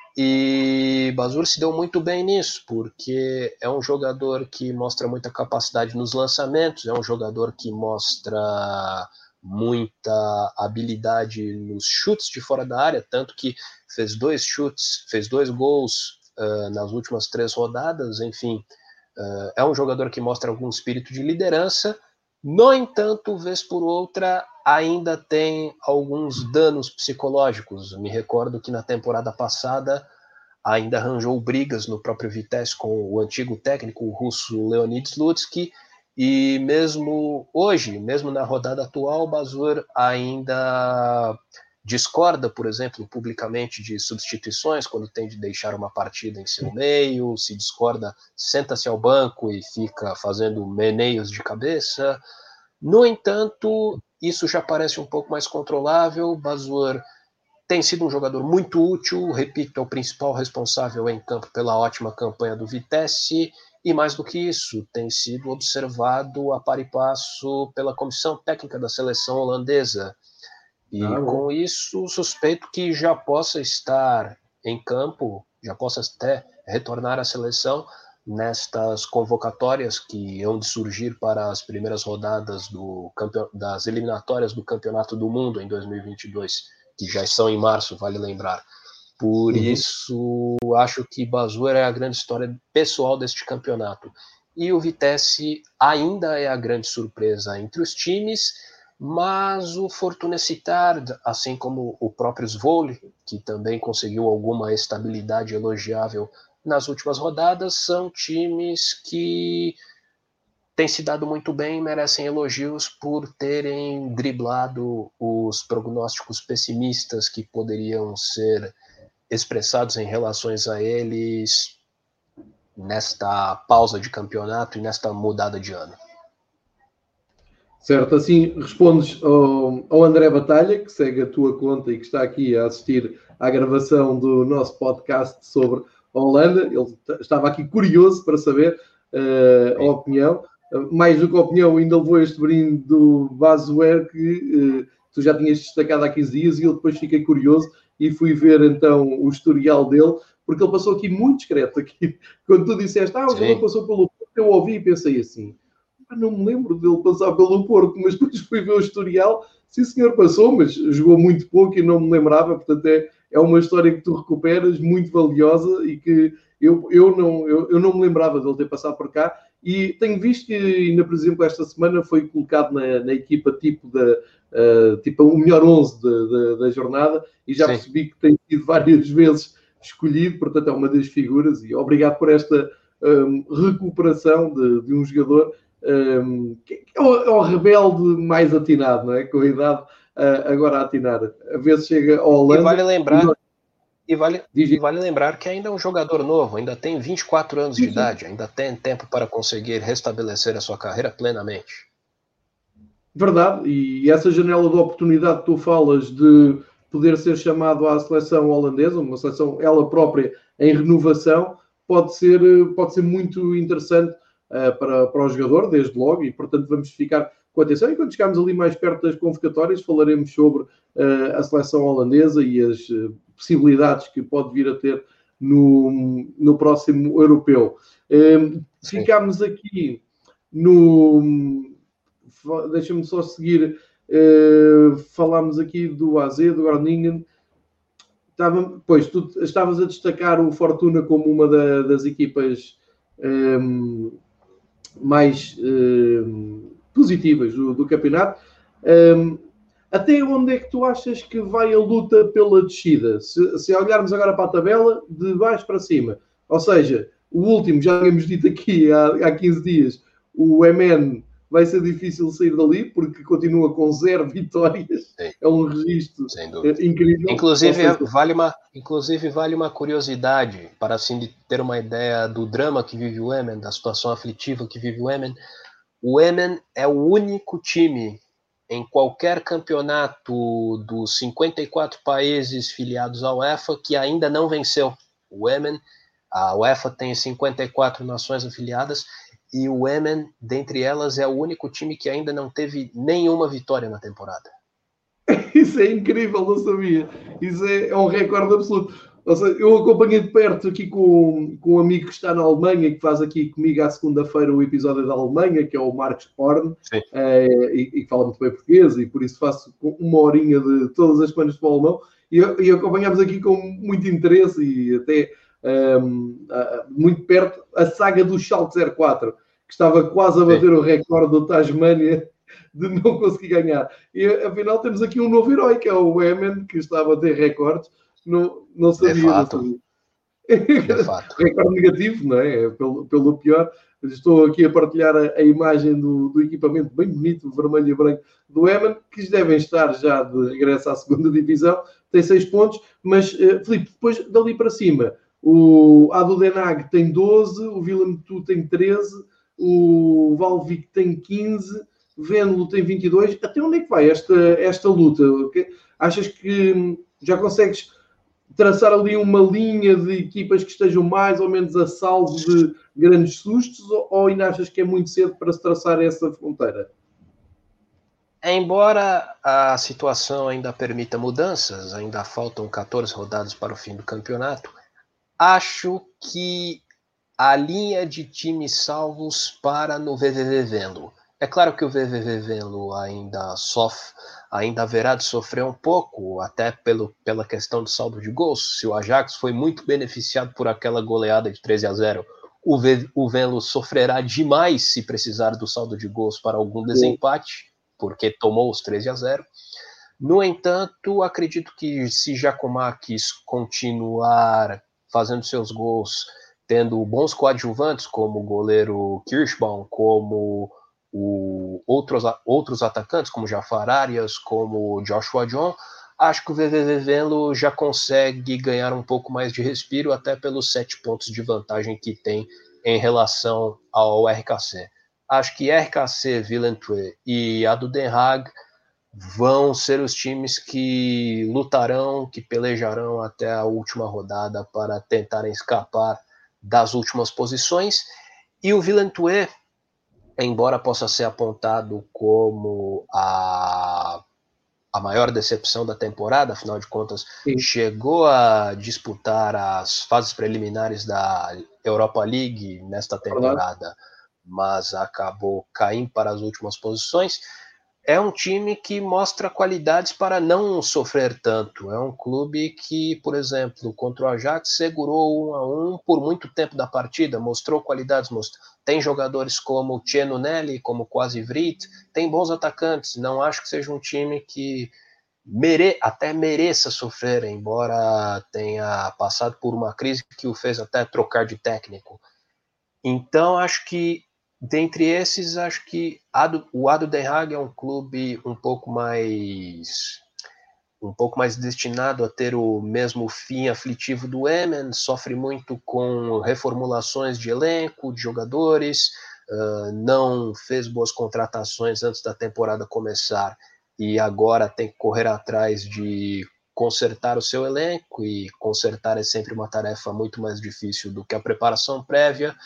Speaker 2: E Bazoer se deu muito bem nisso, porque é um jogador que mostra muita capacidade nos lançamentos, é um jogador que mostra muita habilidade nos chutes de fora da área, tanto que fez 2 gols nas últimas 3 rodadas, enfim, é um jogador que mostra algum espírito de liderança. No entanto, vez por outra, ainda tem alguns danos psicológicos. Me recordo que na temporada passada ainda arranjou brigas no próprio Vitesse com o antigo técnico o russo Leonid Slutsky, e mesmo hoje, mesmo na rodada atual, o Bazoer ainda discorda, por exemplo, publicamente de substituições, quando tem de deixar uma partida em seu meio, se discorda, senta-se ao banco e fica fazendo meneios de cabeça. No entanto, isso já parece um pouco mais controlável. Bazoer tem sido um jogador muito útil, repito, é o principal responsável em campo pela ótima campanha do Vitesse, e mais do que isso, tem sido observado a par e passo pela comissão técnica da seleção holandesa. E com isso, suspeito que já possa estar em campo, já possa até retornar à seleção nestas convocatórias que hão de surgir para as primeiras rodadas das eliminatórias do Campeonato do Mundo em 2022, que já são em março, vale lembrar. Por isso, acho que Bazoer é a grande história pessoal deste campeonato. E o Vitesse ainda é a grande surpresa entre os times, mas o Fortuna Sittard, assim como o próprio Zwolle, que também conseguiu alguma estabilidade elogiável nas últimas rodadas, são times que têm se dado muito bem e merecem elogios por terem driblado os prognósticos pessimistas que poderiam ser expressados em relação a eles nesta pausa de campeonato e nesta mudada de ano.
Speaker 1: Certo, assim respondes ao André Batalha, que segue a tua conta e que está aqui a assistir à gravação do nosso podcast sobre a Holanda. Ele estava aqui curioso para saber a opinião. Mais do que a opinião, ainda levou este brinde do Bazoer que tu já tinhas destacado há 15 dias e eu depois fiquei curioso e fui ver então o historial dele, porque ele passou aqui muito discreto. Aqui. Quando tu disseste, o jogador passou pelo Porto, eu ouvi e pensei assim, não me lembro dele passar pelo Porto, mas depois fui ver o historial, sim senhor passou, mas jogou muito pouco e não me lembrava, portanto é uma história que tu recuperas, muito valiosa e que eu não me lembrava dele ter passado por cá. E tenho visto que ainda, por exemplo, esta semana foi colocado na equipa tipo o melhor 11 da jornada e já percebi que tem sido várias vezes escolhido, portanto é uma das figuras e obrigado por esta recuperação de um jogador que é o rebelde mais atinado, não é? Com a idade agora a atinar. A vezes chega ao Holanda...
Speaker 2: E vale lembrar que ainda é um jogador novo, ainda tem 24 anos de idade, ainda tem tempo para conseguir restabelecer a sua carreira plenamente.
Speaker 1: Verdade, e essa janela de oportunidade que tu falas de poder ser chamado à seleção holandesa, uma seleção ela própria em renovação, pode ser muito interessante para o jogador, desde logo, e portanto vamos ficar com atenção. E quando chegarmos ali mais perto das convocatórias, falaremos sobre a seleção holandesa e as possibilidades que pode vir a ter no próximo europeu. Ficámos aqui no... Deixa-me só seguir. Falámos aqui do AZ, do Groningen. Pois, tu estavas a destacar o Fortuna como uma das equipas mais positivas do campeonato. Até onde é que tu achas que vai a luta pela descida? Se olharmos agora para a tabela, de baixo para cima. Ou seja, o último, já tínhamos dito aqui há 15 dias, o MN vai ser difícil sair dali, porque continua com 0 vitórias. Sim. É um registro incrível.
Speaker 2: Inclusive, vale uma curiosidade, para assim ter uma ideia do drama que vive o Emmen, da situação aflitiva que vive o Emmen. O Emmen é o único time em qualquer campeonato dos 54 países filiados à UEFA que ainda não venceu. O Emmen, a UEFA tem 54 nações afiliadas, e o Emmen, dentre elas, é o único time que ainda não teve nenhuma vitória na temporada.
Speaker 1: Isso é incrível, não sabia. Isso é um recorde absoluto. Ou seja, eu acompanhei de perto aqui com um amigo que está na Alemanha, que faz aqui comigo à segunda-feira o episódio da Alemanha, que é o Marcos Horn, e fala muito bem português, e por isso faço uma horinha de todas as semanas de futebol alemão, e acompanhamos aqui com muito interesse e até muito perto a saga do Schalke 04, que estava quase a bater o recorde do Tasmania de não conseguir ganhar. E afinal temos aqui um novo herói, que é o Emmen, que está a bater recordes. Não sabia.
Speaker 2: De fato.
Speaker 1: Recorde negativo, não é? Pelo pior. Estou aqui a partilhar a imagem do equipamento bem bonito, vermelho e branco, do Emmen, que devem estar já de regresso à segunda divisão. Tem 6 pontos, mas, Filipe, depois dali para cima, o Ado Den Haag tem 12, o Willem Tu tem 13, o Valvik tem 15, Venlo tem 22. Até onde é que vai esta luta? Achas que já consegues traçar ali uma linha de equipas que estejam mais ou menos a salvo de grandes sustos, ou ainda achas que é muito cedo para se traçar essa fronteira?
Speaker 2: Embora a situação ainda permita mudanças, ainda faltam 14 rodadas para o fim do campeonato, acho que a linha de times salvos para no VVV Venlo. É claro que o VVV Venlo ainda haverá de sofrer um pouco, até pela questão do saldo de gols. Se o Ajax foi muito beneficiado por aquela goleada de 13-0, o Venlo sofrerá demais se precisar do saldo de gols para algum desempate, porque tomou os 13-0. No entanto, acredito que se Giacomakis continuar fazendo seus gols, tendo bons coadjuvantes, como o goleiro Kirschbaum, como outros atacantes, como Jafar Arias, como Joshua John, acho que o VVV Venlo já consegue ganhar um pouco mais de respiro, até pelos 7 pontos de vantagem que tem em relação ao RKC. Acho que RKC, Willem II e a do Den Haag vão ser os times que lutarão, que pelejarão até a última rodada para tentarem escapar das últimas posições. E o Willem II, embora possa ser apontado como a maior decepção da temporada, afinal de contas, chegou a disputar as fases preliminares da Europa League nesta temporada, mas acabou caindo para as últimas posições. É um time que mostra qualidades para não sofrer tanto. É um clube que, por exemplo, contra o Ajax, segurou 1-1 por muito tempo da partida, mostrou qualidades, tem jogadores como Tcheno Nelly, como Quasi Vrit, tem bons atacantes. Não acho que seja um time que até mereça sofrer, embora tenha passado por uma crise que o fez até trocar de técnico. Então, acho que dentre esses, acho que o ADO Den Haag é um clube um pouco mais destinado a ter o mesmo fim aflitivo do Emmen, sofre muito com reformulações de elenco, de jogadores, não fez boas contratações antes da temporada começar e agora tem que correr atrás de consertar o seu elenco, e consertar é sempre uma tarefa muito mais difícil do que a preparação prévia.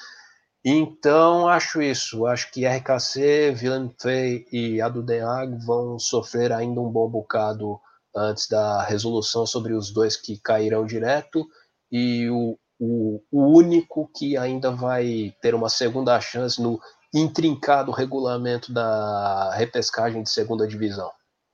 Speaker 2: Então, acho que RKC, Willem II e ADO Den Haag vão sofrer ainda um bom bocado antes da resolução sobre os dois que cairão direto, e o único que ainda vai ter uma segunda chance no intrincado regulamento da repescagem de segunda divisão.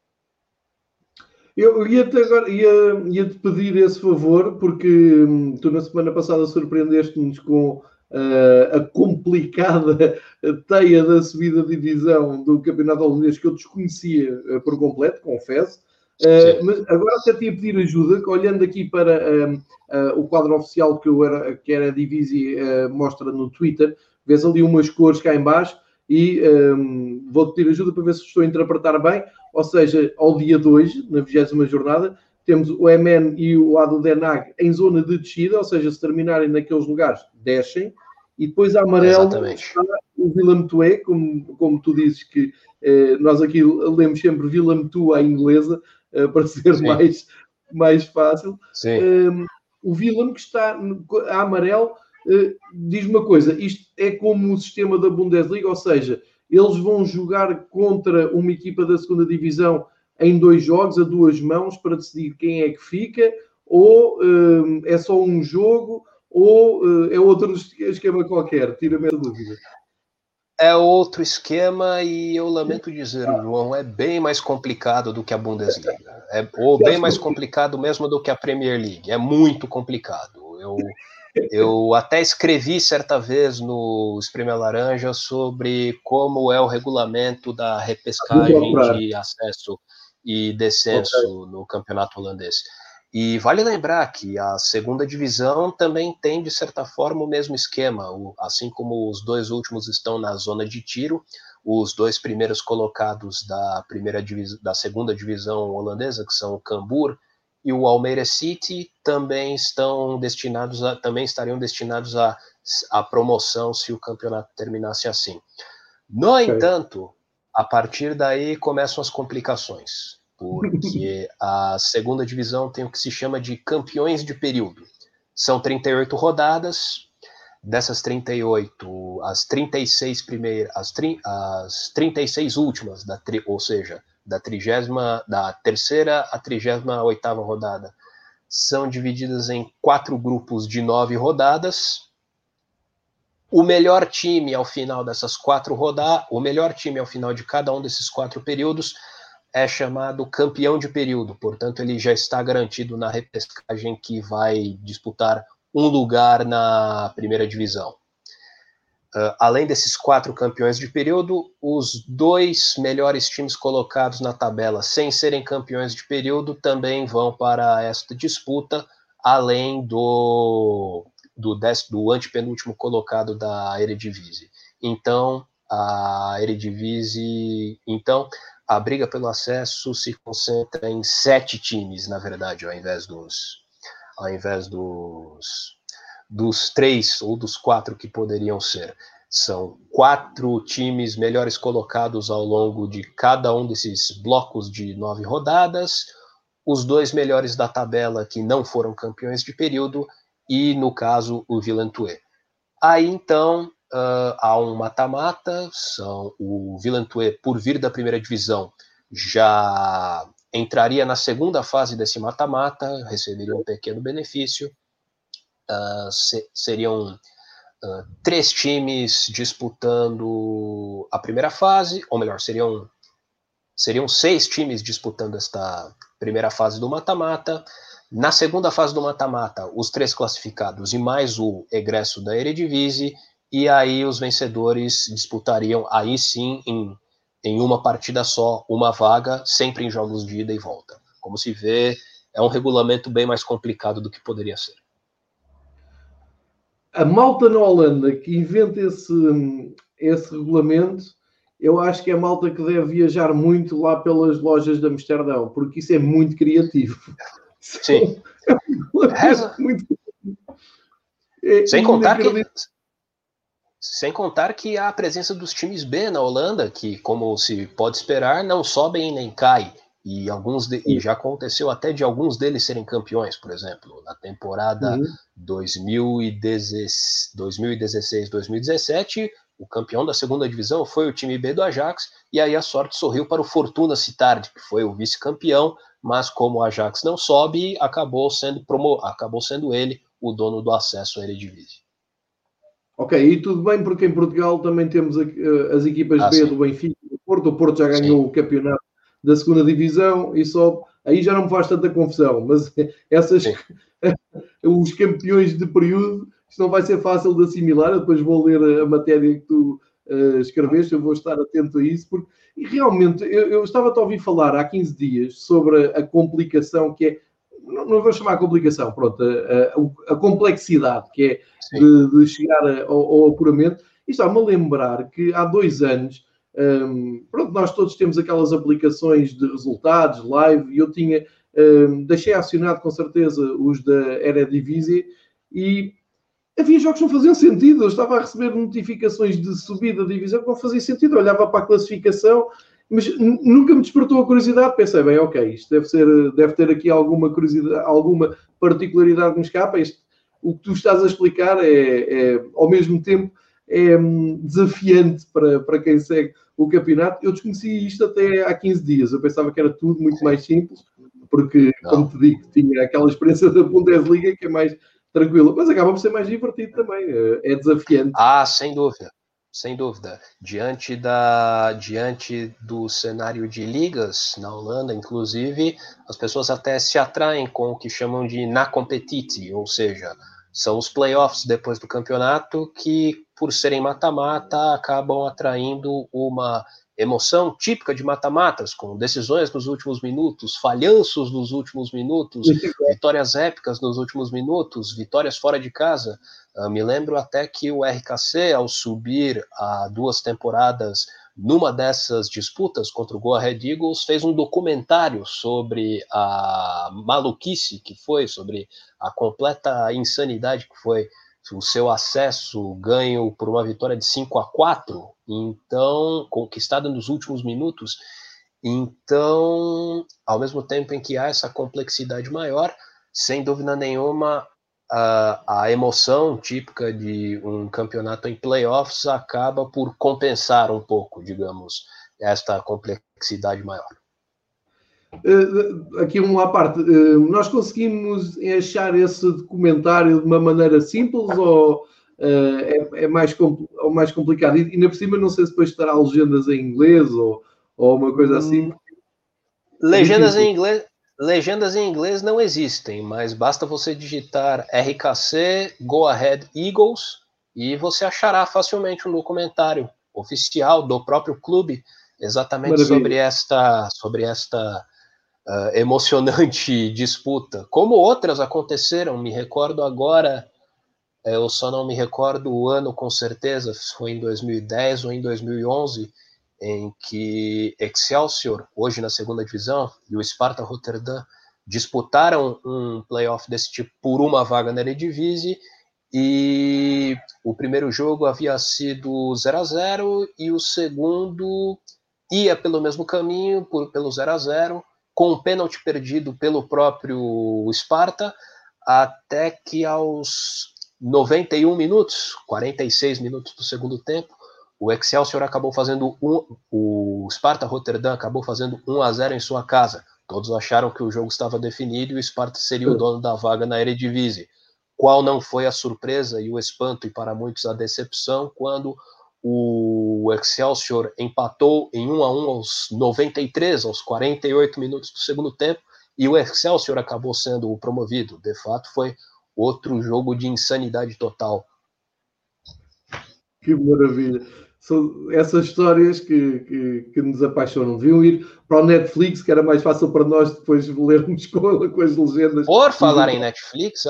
Speaker 1: Eu ia-te pedir esse favor, porque tu na semana passada surpreendeste-nos com a complicada teia da subida de divisão do campeonato holandês, que eu desconhecia por completo, confesso. Mas agora até te ia pedir ajuda, olhando aqui para o quadro oficial que era a Divisi mostra no Twitter, vês ali umas cores cá em baixo e vou-te pedir ajuda para ver se estou a interpretar bem. Ou seja, ao dia 2, na 20ª jornada, temos o Emmen e o ADO Den Haag em zona de descida, ou seja, se terminarem naqueles lugares, descem. E depois a amarelo está o Willem II, como tu dizes que nós aqui lemos sempre Willem II à inglesa, para ser mais fácil. O Willem, que está a amarelo, diz uma coisa, isto é como o sistema da Bundesliga, ou seja, eles vão jogar contra uma equipa da segunda divisão em 2 jogos, a 2 mãos, para decidir quem é que fica, ou é só um jogo, ou é outro esquema qualquer? Tira-me a dúvida.
Speaker 2: É outro esquema e eu lamento dizer, João, é bem mais complicado do que a Bundesliga. Ou bem mais complicado mesmo do que a Premier League. É muito complicado. Eu até escrevi certa vez no Espreme Laranja sobre como é o regulamento da repescagem de acesso e descenso no campeonato holandês. E vale lembrar que a segunda divisão também tem, de certa forma, o mesmo esquema. Assim como os 2 últimos estão na zona de tiro, os 2 primeiros colocados da segunda divisão holandesa, que são o Cambuur e o Almere City, também estariam destinados à promoção se o campeonato terminasse assim. No entanto, a partir daí começam as complicações, porque a segunda divisão tem o que se chama de campeões de período. São 38 rodadas, dessas 38, as 36 primeiras, as 36 últimas, ou seja, da 3ª à 38ª rodada, são divididas em 4 grupos de 9 rodadas, O melhor time ao final dessas 4 rodadas, o melhor time ao final de cada um desses 4 períodos é chamado campeão de período. Portanto, ele já está garantido na repescagem que vai disputar um lugar na primeira divisão. Além desses 4 campeões de período, os 2 melhores times colocados na tabela sem serem campeões de período também vão para esta disputa, além do antepenúltimo colocado da Eredivisie. Então, a briga pelo acesso se concentra em 7 times, na verdade, ao invés dos 3 ou dos 4 que poderiam ser. São 4 times melhores colocados ao longo de cada um desses blocos de 9 rodadas, os 2 melhores da tabela que não foram campeões de período e, no caso, o Villeneuve. Aí, então, há um mata-mata, o Villeneuve, por vir da primeira divisão, já entraria na segunda fase desse mata-mata, receberia um pequeno benefício. Seriam 3 times disputando a primeira fase, ou melhor, seriam 6 times disputando esta primeira fase do mata-mata. Na segunda fase do mata-mata, os 3 classificados e mais o egresso da Eredivisie, e aí os vencedores disputariam, aí sim, em uma partida só, uma vaga, sempre em jogos de ida e volta. Como se vê, é um regulamento bem mais complicado do que poderia ser.
Speaker 1: A malta na Holanda que inventa esse regulamento, eu acho que é a malta que deve viajar muito lá pelas lojas de Amsterdão, porque isso é muito criativo.
Speaker 2: Sim. Sem contar que há a presença dos times B na Holanda, que, como se pode esperar, não sobem nem caem. E já aconteceu até de alguns deles serem campeões, por exemplo, na temporada 2016-2017, o campeão da segunda divisão foi o time B do Ajax, e aí a sorte sorriu para o Fortuna Sittard, que foi o vice-campeão, mas como o Ajax não sobe, acabou sendo ele o dono do acesso à Eredivisie.
Speaker 1: Ok, e tudo bem, porque em Portugal também temos as equipas B sim. do Benfica e do Porto. O Porto já ganhou sim. o campeonato da segunda divisão e aí já não me faz tanta confusão, mas os campeões de período, isto não vai ser fácil de assimilar. Eu depois vou ler a matéria que tu escreveste, eu vou estar atento a isso, porque e realmente eu estava-te a ouvir falar há 15 dias sobre a complicação que é, não vou chamar complicação, pronto, a complexidade que é de chegar ao apuramento. E está-me a lembrar que há 2 anos, pronto, nós todos temos aquelas aplicações de resultados, live, e eu deixei acionado com certeza os da Eredivisie, e havia jogos que não faziam sentido. Eu estava a receber notificações de subida de divisão que não faziam sentido. Eu olhava para a classificação, mas nunca me despertou a curiosidade. Pensei, bem, ok, isto deve ter aqui alguma curiosidade, alguma particularidade que me escapa. O que tu estás a explicar ao mesmo tempo, é desafiante para quem segue o campeonato. Eu desconhecia isto até há 15 dias. Eu pensava que era tudo muito mais simples, porque, como te digo, tinha aquela experiência da Bundesliga que é mais tranquila, mas acaba por ser mais divertido também. É desafiante.
Speaker 2: Sem dúvida. Sem dúvida. Diante do cenário de ligas na Holanda, inclusive, as pessoas até se atraem com o que chamam de na competitie, ou seja, são os playoffs depois do campeonato que, por serem mata-mata, acabam atraindo uma emoção típica de mata-matas, com decisões nos últimos minutos, falhanços nos últimos minutos, vitórias épicas nos últimos minutos, vitórias fora de casa. Me lembro até que o RKC, ao subir há 2 temporadas numa dessas disputas contra o Go Ahead Eagles, fez um documentário sobre a maluquice que foi, sobre a completa insanidade que foi o seu acesso ganho por uma vitória de 5-4, então, conquistada nos últimos minutos. Então, ao mesmo tempo em que há essa complexidade maior, sem dúvida nenhuma, a emoção típica de um campeonato em playoffs acaba por compensar um pouco, digamos, esta complexidade maior.
Speaker 1: Aqui uma parte, nós conseguimos achar esse documentário de uma maneira simples ou é mais complicado. E ainda por cima, não sei se depois estará legendas em inglês ou uma coisa assim.
Speaker 2: Legendas em inglês não existem, mas basta você digitar RKC Go Ahead Eagles e você achará facilmente um documentário oficial do próprio clube exatamente sobre esta emocionante disputa. Como outras aconteceram, me recordo agora, eu só não me recordo o ano com certeza, se foi em 2010 ou em 2011, em que Excelsior, hoje na segunda divisão, e o Sparta Rotterdam disputaram um playoff desse tipo por uma vaga na Eredivisie, e o primeiro jogo havia sido 0-0 e o segundo ia pelo mesmo caminho, pelo 0-0, com um pênalti perdido pelo próprio Sparta, até que aos 91 minutos, 46 minutos do segundo tempo, o Excelsior acabou fazendo o Sparta Rotterdam acabou fazendo 1-0 em sua casa. Todos acharam que o jogo estava definido e o Sparta seria o dono da vaga na Eredivisie. Qual não foi a surpresa e o espanto, e para muitos a decepção, quando o Excelsior empatou em 1-1 aos 93, aos 48 minutos do segundo tempo, e o Excelsior acabou sendo o promovido. De fato, foi outro jogo de insanidade total.
Speaker 1: Que maravilha! São essas histórias que nos apaixonam. Deviam ir para o Netflix, que era mais fácil para nós depois lermos com as legendas.
Speaker 2: Por falar em Netflix,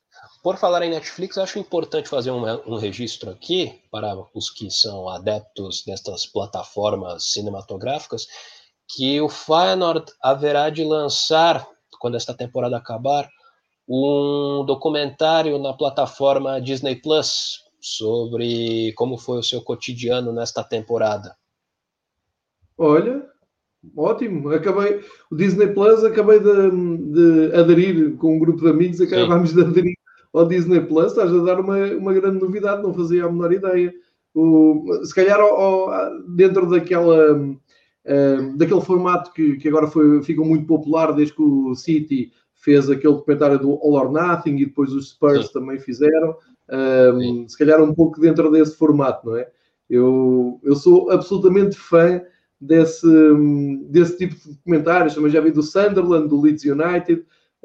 Speaker 2: acho importante fazer um registro aqui para os que são adeptos destas plataformas cinematográficas, que o Feyenoord haverá de lançar, quando esta temporada acabar, um documentário na plataforma Disney Plus sobre como foi o seu cotidiano nesta temporada.
Speaker 1: Olha, ótimo. O Disney Plus, acabei de aderir com um grupo de amigos, acabámos de aderir ao Disney Plus. Estás a dar uma grande novidade, não fazia a menor ideia. Se calhar dentro daquele formato que agora ficou muito popular desde que o City fez aquele documentário do All or Nothing e depois os Spurs também fizeram. Se calhar um pouco dentro desse formato, não é? Eu sou absolutamente fã desse tipo de documentários. Também já vi do Sunderland, do Leeds United,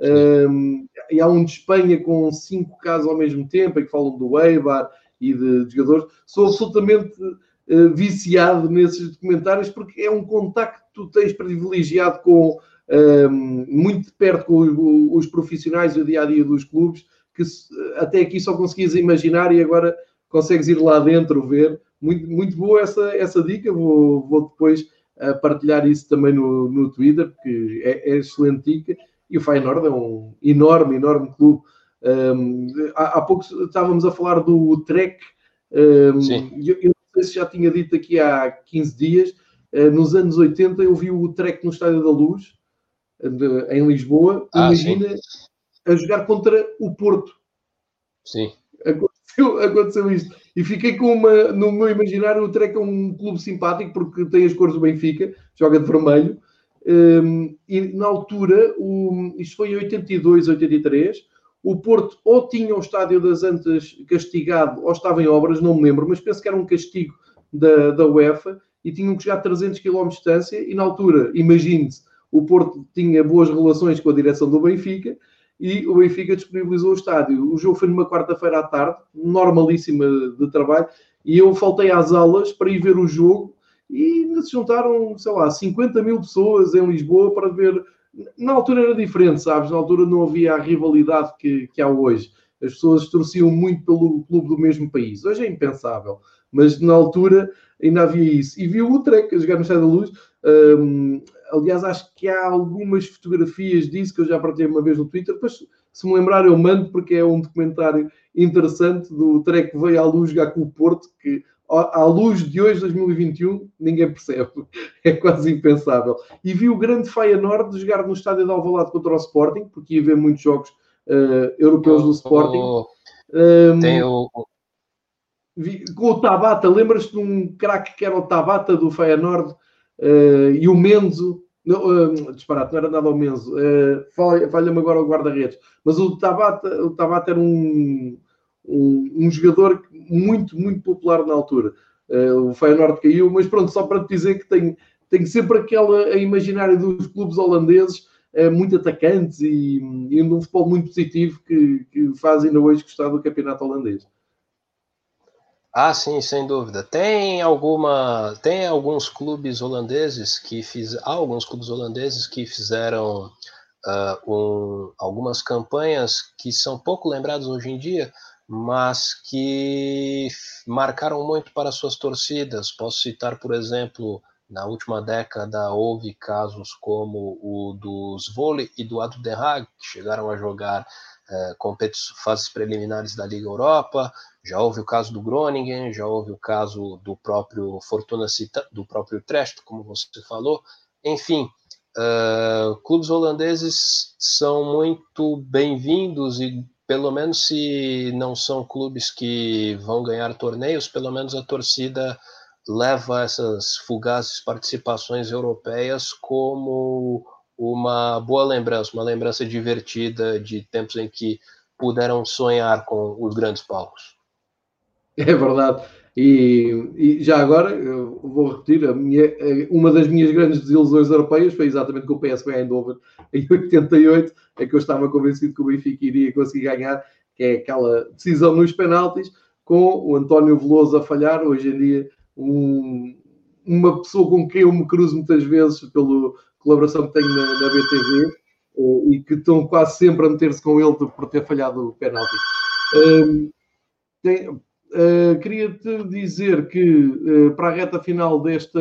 Speaker 1: e há um de Espanha com 5 casos ao mesmo tempo, em que falam do Eibar e de jogadores. Sou absolutamente viciado nesses documentários, porque é um contacto que tu tens privilegiado com muito de perto com os profissionais do dia-a-dia dos clubes, que até aqui só conseguias imaginar e agora consegues ir lá dentro ver. Muito, muito boa essa dica. Vou depois partilhar isso também no Twitter, porque é excelente dica. E o Feyenoord é um enorme clube. Há pouco estávamos a falar do Trek. Eu não sei se já tinha dito aqui há 15 dias. Nos anos 80 eu vi o Trek no Estádio da Luz, em Lisboa. Imagina a jogar contra o Porto.
Speaker 2: Sim.
Speaker 1: Aconteceu isto. E fiquei no meu imaginário, o Trek é um clube simpático porque tem as cores do Benfica, joga de vermelho. E na altura, isto foi em 82, 83, o Porto ou tinha o Estádio das Antas castigado ou estava em obras, não me lembro, mas penso que era um castigo da UEFA e tinham que jogar 300 km de distância. E na altura, imagine-se, o Porto tinha boas relações com a direção do Benfica e o Benfica disponibilizou o estádio. O jogo foi numa quarta-feira à tarde, normalíssima de trabalho, e eu faltei às aulas para ir ver o jogo e ainda se juntaram, sei lá, 50 mil pessoas em Lisboa para ver. Na altura era diferente, sabes? Na altura não havia a rivalidade que há hoje. As pessoas torciam muito pelo clube do mesmo país. Hoje é impensável, mas na altura ainda havia isso. E vi o Trek a jogar no Estádio da Luz. Aliás, acho que há algumas fotografias disso que eu já partilhei uma vez no Twitter. Depois, se me lembrar, eu mando, porque é um documentário interessante do Trek que veio à Luz jogar com o Porto, que à luz de hoje, 2021, ninguém percebe. É quase impensável. E vi o grande Feyenoord jogar no estádio de Alvalade contra o Sporting, porque ia ver muitos jogos europeus do Sporting. Com o Tabata, lembras-te de um craque que era o Tabata do Feyenoord e o Menzo? Disparate, não era nada o Menzo. Falha-me agora o guarda-redes. Mas o Tabata era um um jogador muito, muito popular na altura. O Feyenoord caiu, mas pronto, só para te dizer que tenho sempre a imaginária dos clubes holandeses, muito atacantes e um futebol muito positivo que faz ainda hoje gostar do campeonato holandês.
Speaker 2: Ah, sim, sem dúvida. Tem alguns clubes holandeses que fizeram algumas campanhas que são pouco lembradas hoje em dia, mas que marcaram muito para suas torcidas. Posso citar, por exemplo, na última década houve casos como o do Zwolle e do ADO Den Haag, que chegaram a jogar fases preliminares da Liga Europa. Já houve o caso do Groningen, já houve o caso do próprio Fortuna do próprio Utrecht, como você falou. Enfim, clubes holandeses são muito bem-vindos e, pelo menos se não são clubes que vão ganhar torneios, pelo menos a torcida leva essas fugazes participações europeias como uma boa lembrança, uma lembrança divertida de tempos em que puderam sonhar com os grandes palcos.
Speaker 1: É verdade. E já agora, eu vou repetir, uma das minhas grandes desilusões europeias foi exatamente com o PSV Eindhoven em 88, em que eu estava convencido que o Benfica iria conseguir ganhar, que é aquela decisão nos penaltis, com o António Veloso a falhar. Hoje em dia, uma pessoa com quem eu me cruzo muitas vezes pela colaboração que tenho na BTV, e que estão quase sempre a meter-se com ele por ter falhado o penalti. Queria-te dizer que para a reta final deste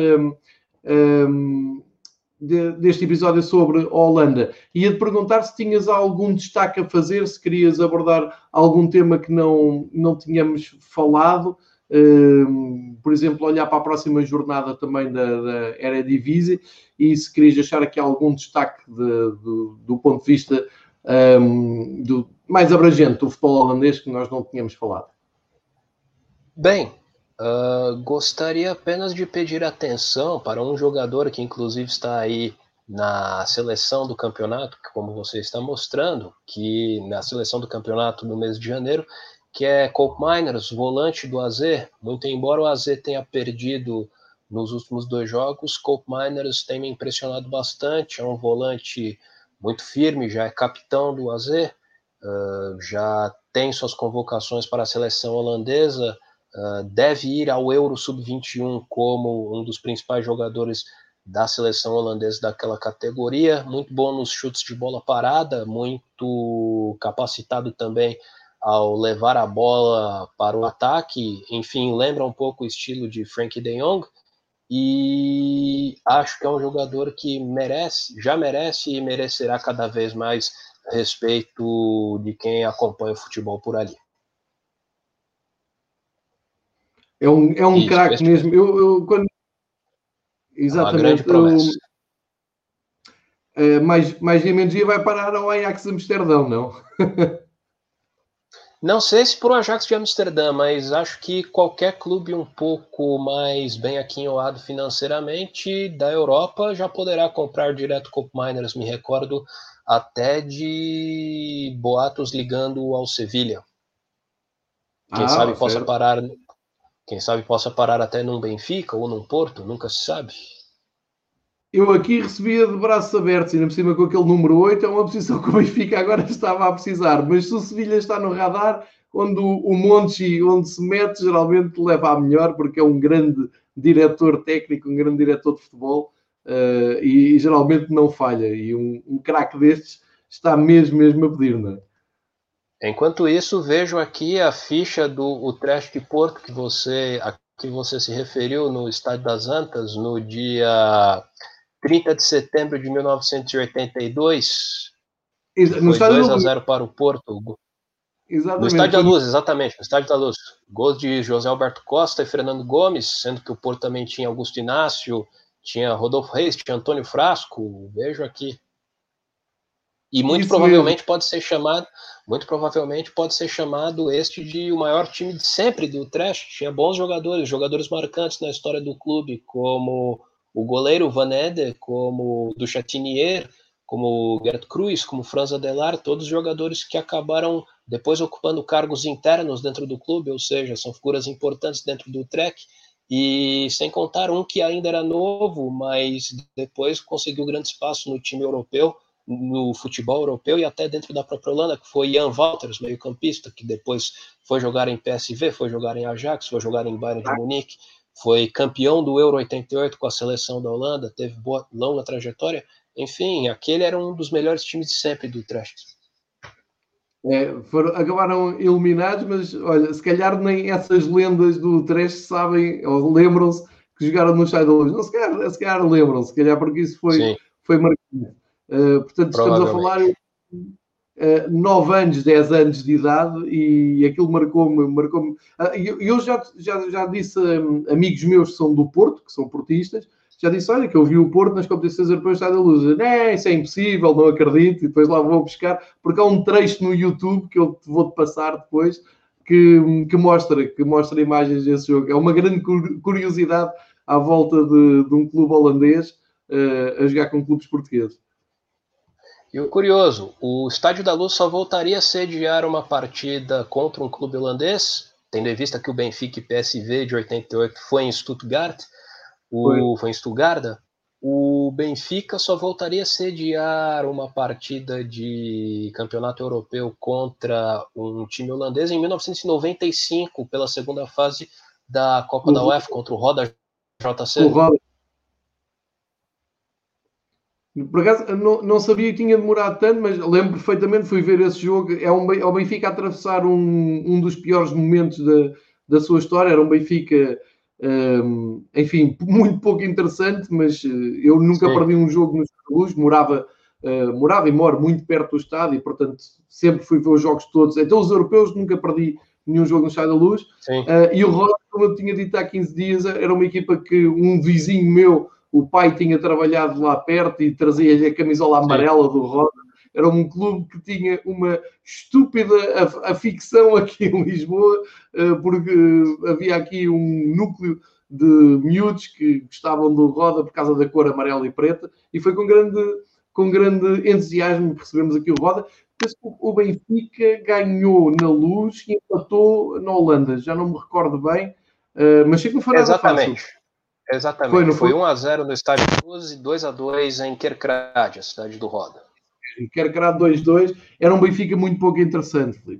Speaker 1: episódio sobre a Holanda, ia-te perguntar se tinhas algum destaque a fazer, se querias abordar algum tema que não tínhamos falado, por exemplo, olhar para a próxima jornada também da Eredivisie, e se querias deixar aqui algum destaque do ponto de vista mais abrangente do futebol holandês que nós não tínhamos falado.
Speaker 2: Bem, gostaria apenas de pedir atenção para um jogador que inclusive está aí na seleção do campeonato, como você está mostrando, que na seleção do campeonato no mês de janeiro, que é Koopmeiners, volante do AZ. Muito embora o AZ tenha perdido nos últimos 2 jogos, Koopmeiners tem me impressionado bastante, é um volante muito firme, já é capitão do AZ, já tem suas convocações para a seleção holandesa, deve ir ao Euro Sub-21 como um dos principais jogadores da seleção holandesa daquela categoria, muito bom nos chutes de bola parada, muito capacitado também ao levar a bola para o ataque, enfim, lembra um pouco o estilo de Frenkie de Jong, e acho que é um jogador que já merece e merecerá cada vez mais respeito de quem acompanha o futebol por ali.
Speaker 1: É um craque mesmo. Exatamente.
Speaker 2: É uma grande promessa.
Speaker 1: Mais nem menos dia vai parar ao Ajax de Amsterdão, não?
Speaker 2: Não sei se para o Ajax de Amsterdã, mas acho que qualquer clube um pouco mais bem aquinhoado financeiramente da Europa já poderá comprar direto Koopmeiners. Me recordo até de boatos ligando ao Sevilha. Quem sabe possa parar até num Benfica ou num Porto, nunca se sabe.
Speaker 1: Eu aqui recebia de braços abertos, ainda por cima com aquele número 8, é uma posição que o Benfica agora estava a precisar. Mas se o Sevilha está no radar, onde o Monchi, onde se mete, geralmente leva a melhor, porque é um grande diretor técnico, um grande diretor de futebol, e geralmente não falha. E um craque destes está mesmo a pedir, não é?
Speaker 2: Enquanto isso, vejo aqui a ficha do Utrecht de Porto, que você se referiu no Estádio das Antas, no dia 30 de setembro de 1982, que foi 2-0 para o Porto. Exatamente. No Estádio da Luz, exatamente, no Estádio da Luz. Gols de José Alberto Costa e Fernando Gomes, sendo que o Porto também tinha Augusto Inácio, tinha Rodolfo Reis, tinha Antônio Frasco, vejo aqui. E muito provavelmente pode ser chamado este de o maior time de sempre do Utrecht. Tinha bons jogadores marcantes na história do clube, como o goleiro Van Ede, como o do Chatinier, como Gerd Cruz, como Franz Adelaar, todos jogadores que acabaram depois ocupando cargos internos dentro do clube, ou seja, são figuras importantes dentro do Utrecht, e sem contar um que ainda era novo, mas depois conseguiu grande espaço no time europeu, no futebol europeu e até dentro da própria Holanda, que foi Jan Wouters, meio-campista, que depois foi jogar em PSV, foi jogar em Ajax, foi jogar em Bayern de Munique, foi campeão do Euro 88 com a seleção da Holanda, teve longa trajetória. Enfim, aquele era um dos melhores times de sempre do Utrecht.
Speaker 1: Acabaram eliminados, mas olha, se calhar nem essas lendas do Utrecht sabem ou lembram-se que jogaram no Estádio da Luz. Não, se calhar lembram-se, se calhar porque isso foi marcado. Portanto, estamos a falar 9 anos, 10 anos de idade e aquilo marcou-me. Eu já disse a amigos meus que são do Porto, que são portistas, já disse, olha, que eu vi o Porto nas competições europeias do Estádio da Luz. Isso é impossível, não acredito, e depois lá vou buscar, porque há um trecho no YouTube que eu vou-te passar depois, que mostra imagens desse jogo. É uma grande curiosidade à volta de um clube holandês a jogar com clubes portugueses.
Speaker 2: E o curioso, o Estádio da Luz só voltaria a sediar uma partida contra um clube holandês, tendo em vista que o Benfica e PSV de 88 foi em Stuttgart, foi em Stuttgart, o Benfica só voltaria a sediar uma partida de campeonato europeu contra um time holandês em 1995, pela segunda fase da Copa da UEFA, contra o Roda JC.
Speaker 1: O Roda. Por acaso, não sabia que tinha demorado tanto, mas lembro perfeitamente, fui ver esse jogo. É o Benfica a atravessar um dos piores momentos da sua história. Era um Benfica, enfim, muito pouco interessante, mas eu nunca perdi um jogo no Estádio da Luz. Morava e moro muito perto do estádio e, portanto, sempre fui ver os jogos todos. Então, os europeus, nunca perdi nenhum jogo no Estádio da Luz. E o Roda, como eu tinha dito há 15 dias, era uma equipa que um vizinho meu, o pai tinha trabalhado lá perto e trazia-lhe a camisola amarela do Roda. Era um clube que tinha uma estúpida aficção aqui em Lisboa, porque havia aqui um núcleo de miúdos que gostavam do Roda por causa da cor amarela e preta, e foi com grande entusiasmo que recebemos aqui o Roda. O Benfica ganhou na Luz e empatou na Holanda. Já não me recordo bem, mas sei que não foi nada fácil.
Speaker 2: Exatamente, foi 1-0 no Estádio da Luz e 2-2 em Kerkrade, a cidade do Roda.
Speaker 1: Kerkrade 2-2, era um Benfica muito pouco interessante, Filipe.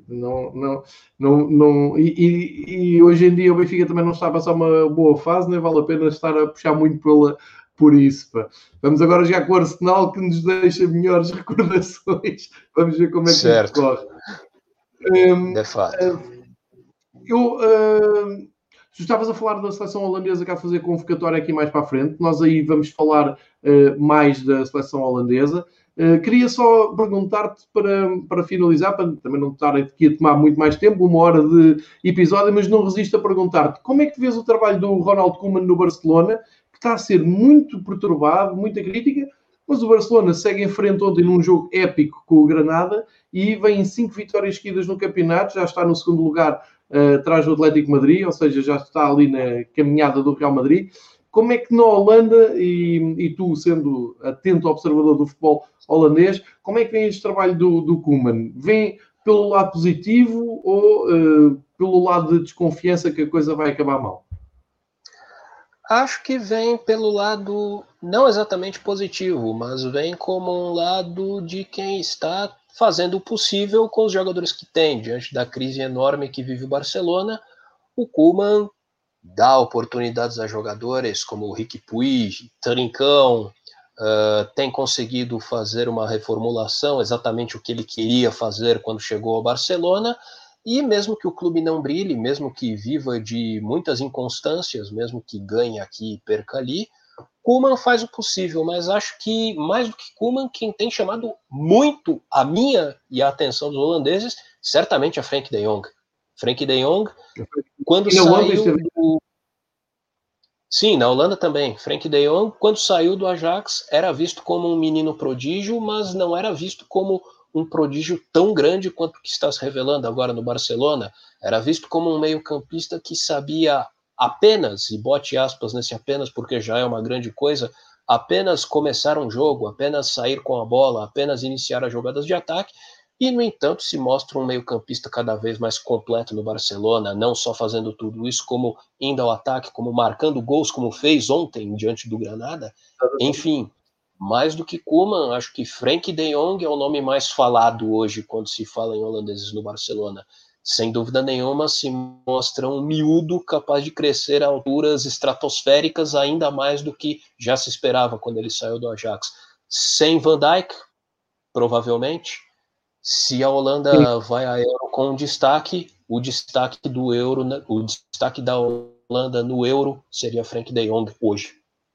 Speaker 1: E hoje em dia o Benfica também não está a passar uma boa fase, nem vale a pena estar a puxar muito por isso. Pá. Vamos agora já com o Arsenal, que nos deixa melhores recordações. Vamos ver como é que isso corre.
Speaker 2: De fato.
Speaker 1: Tu estavas a falar da seleção holandesa que vai fazer convocatória aqui mais para a frente. Nós aí vamos falar mais da seleção holandesa. Queria só perguntar-te para finalizar, para também não estar aqui a tomar muito mais tempo, 1 hora de episódio, mas não resisto a perguntar-te como é que tu vês o trabalho do Ronald Koeman no Barcelona, que está a ser muito perturbado, muita crítica, mas o Barcelona segue em frente ontem num jogo épico com o Granada e vem em 5 vitórias seguidas no campeonato, já está no segundo lugar atrás do Atlético Madrid, ou seja, já está ali na caminhada do Real Madrid. Como é que na Holanda, e tu sendo atento observador do futebol holandês, como é que vem este trabalho do Koeman? Vem pelo lado positivo ou pelo lado de desconfiança que a coisa vai acabar mal?
Speaker 2: Acho que vem pelo lado não exatamente positivo, mas vem como um lado de quem está fazendo o possível com os jogadores que tem. Diante da crise enorme que vive o Barcelona, o Koeman dá oportunidades a jogadores como o Riqui Puig, Trincão, tem conseguido fazer uma reformulação, exatamente o que ele queria fazer quando chegou ao Barcelona, e mesmo que o clube não brilhe, mesmo que viva de muitas inconstâncias, mesmo que ganhe aqui e perca ali, Koeman faz o possível, mas acho que mais do que Koeman, quem tem chamado muito a minha e a atenção dos holandeses, certamente é Frenkie de Jong. Frenkie de Jong, quando saiu do... Sim, na Holanda também. Frenkie de Jong, quando saiu do Ajax, era visto como um menino prodígio, mas não era visto como um prodígio tão grande quanto que está se revelando agora no Barcelona. Era visto como um meio-campista que sabia apenas, e bote aspas nesse apenas, porque já é uma grande coisa, apenas começar um jogo, apenas sair com a bola, apenas iniciar as jogadas de ataque, e, no entanto, se mostra um meio-campista cada vez mais completo no Barcelona, não só fazendo tudo isso, como indo ao ataque, como marcando gols, como fez ontem diante do Granada. Enfim, mais do que Koeman, acho que Frenkie de Jong é o nome mais falado hoje quando se fala em holandeses no Barcelona. Sem dúvida nenhuma, se mostra um miúdo capaz de crescer a alturas estratosféricas, ainda mais do que já se esperava quando ele saiu do Ajax. Sem Van Dijk, provavelmente. Se a Holanda vai a Euro com destaque, o destaque do Euro, o destaque da Holanda no Euro seria Frenkie de Jong hoje.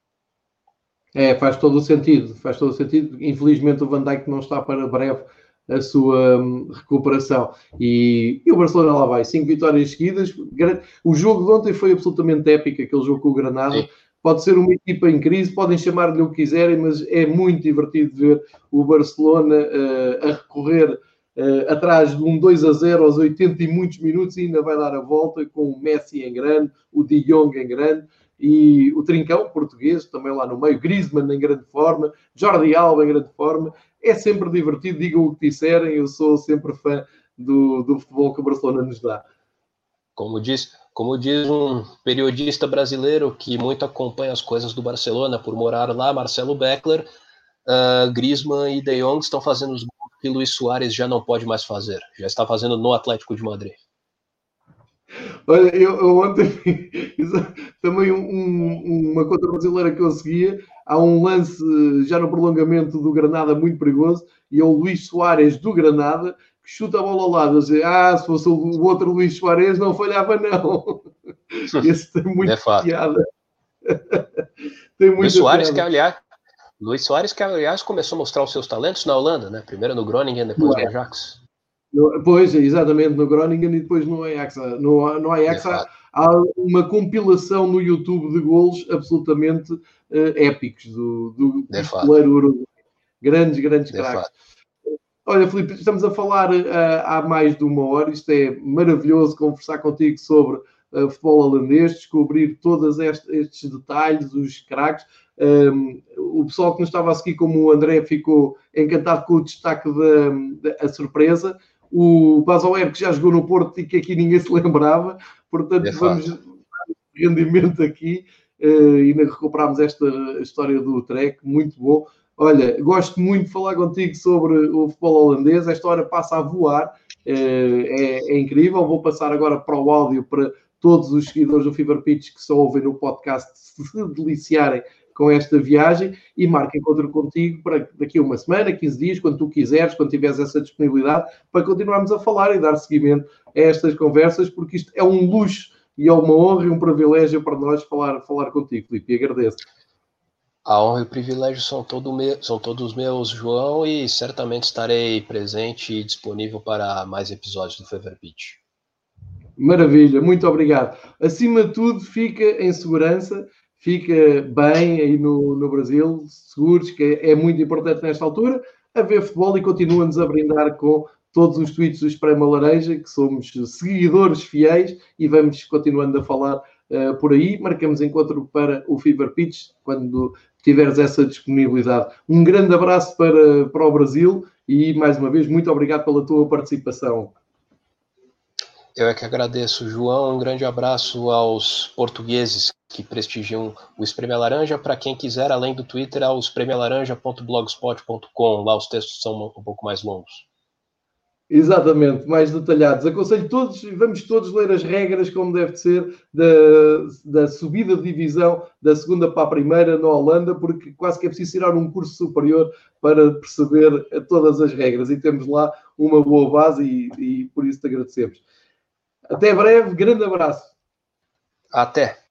Speaker 1: Faz todo o sentido, faz todo o sentido. Infelizmente o Van Dijk não está para breve a sua recuperação. E o Barcelona lá vai, 5 vitórias seguidas. O jogo de ontem foi absolutamente épico, aquele jogo com o Granada. Sim. Pode ser uma equipa em crise, podem chamar-lhe o que quiserem, mas é muito divertido ver o Barcelona a recorrer atrás de um 2-0 aos 80 e muitos minutos e ainda vai dar a volta com o Messi em grande, o De Jong em grande e o Trincão português também lá no meio, Griezmann em grande forma, Jordi Alba em grande forma. É sempre divertido, digam o que disserem, eu sou sempre fã do futebol que o Barcelona nos dá.
Speaker 2: Como diz um periodista brasileiro que muito acompanha as coisas do Barcelona por morar lá, Marcelo Beckler, Griezmann e De Jong estão fazendo os gols que Luis Suárez já não pode mais fazer. Já está fazendo no Atlético de Madrid.
Speaker 1: Olha, eu ontem também uma contra brasileira que eu seguia. Há um lance já no prolongamento do Granada muito perigoso e é o Luis Suárez do Granada que chuta a bola ao lado. Diz, se fosse o outro Luis Suárez não falhava não. Esse tem muita piada.
Speaker 2: Tem muita Luis Suárez piada. Luis Suárez que, aliás, começou a mostrar os seus talentos na Holanda, né? Primeiro no Groningen, depois no Ajax.
Speaker 1: Pois, exatamente, no Groningen e depois no Ajax. No Ajax há uma compilação no YouTube de golos absolutamente épicos do pistoleiro uruguai. Grandes craques. Olha, Filipe, estamos a falar há mais de uma hora. Isto é maravilhoso conversar contigo sobre futebol holandês, descobrir todos estes detalhes, os craques. O pessoal que nos estava a seguir, como o André, ficou encantado com o destaque da surpresa. O Bazoer, que já jogou no Porto e que aqui ninguém se lembrava. Portanto, vamos dar rendimento aqui e recuperarmos esta história do Trek. Muito bom. Olha, gosto muito de falar contigo sobre o futebol holandês. Esta hora passa a voar. É incrível. Vou passar agora para o áudio para todos os seguidores do Fever Pitch que só ouvem no podcast se deliciarem com esta viagem e marco encontro contigo para daqui a uma semana, 15 dias, quando tu quiseres, quando tiveres essa disponibilidade, para continuarmos a falar e dar seguimento a estas conversas, porque isto é um luxo e é uma honra e um privilégio para nós falar contigo, Filipe, e agradeço.
Speaker 2: A honra e o privilégio são todos meus, João, e certamente estarei presente e disponível para mais episódios do Fever Pitch.
Speaker 1: Maravilha, muito obrigado. Acima de tudo, fica em segurança, fica bem aí no Brasil, seguros, que é muito importante nesta altura, a ver futebol e continua-nos a brindar com todos os tweets do Esprema Laranja, que somos seguidores fiéis e vamos continuando a falar por aí. Marcamos encontro para o Fever Pitch quando tiveres essa disponibilidade. Um grande abraço para o Brasil e, mais uma vez, muito obrigado pela tua participação.
Speaker 2: Eu é que agradeço, João. Um grande abraço aos portugueses que prestigiam o Esprema Laranja. Para quem quiser, além do Twitter, ao espremelaranja.blogspot.com. Lá os textos são um pouco mais longos.
Speaker 1: Exatamente, mais detalhados. Aconselho todos, vamos todos ler as regras como deve ser da subida de divisão da segunda para a primeira na Holanda, porque quase que é preciso tirar um curso superior para perceber todas as regras. E temos lá uma boa base e por isso te agradecemos. Até breve, grande abraço.
Speaker 2: Até.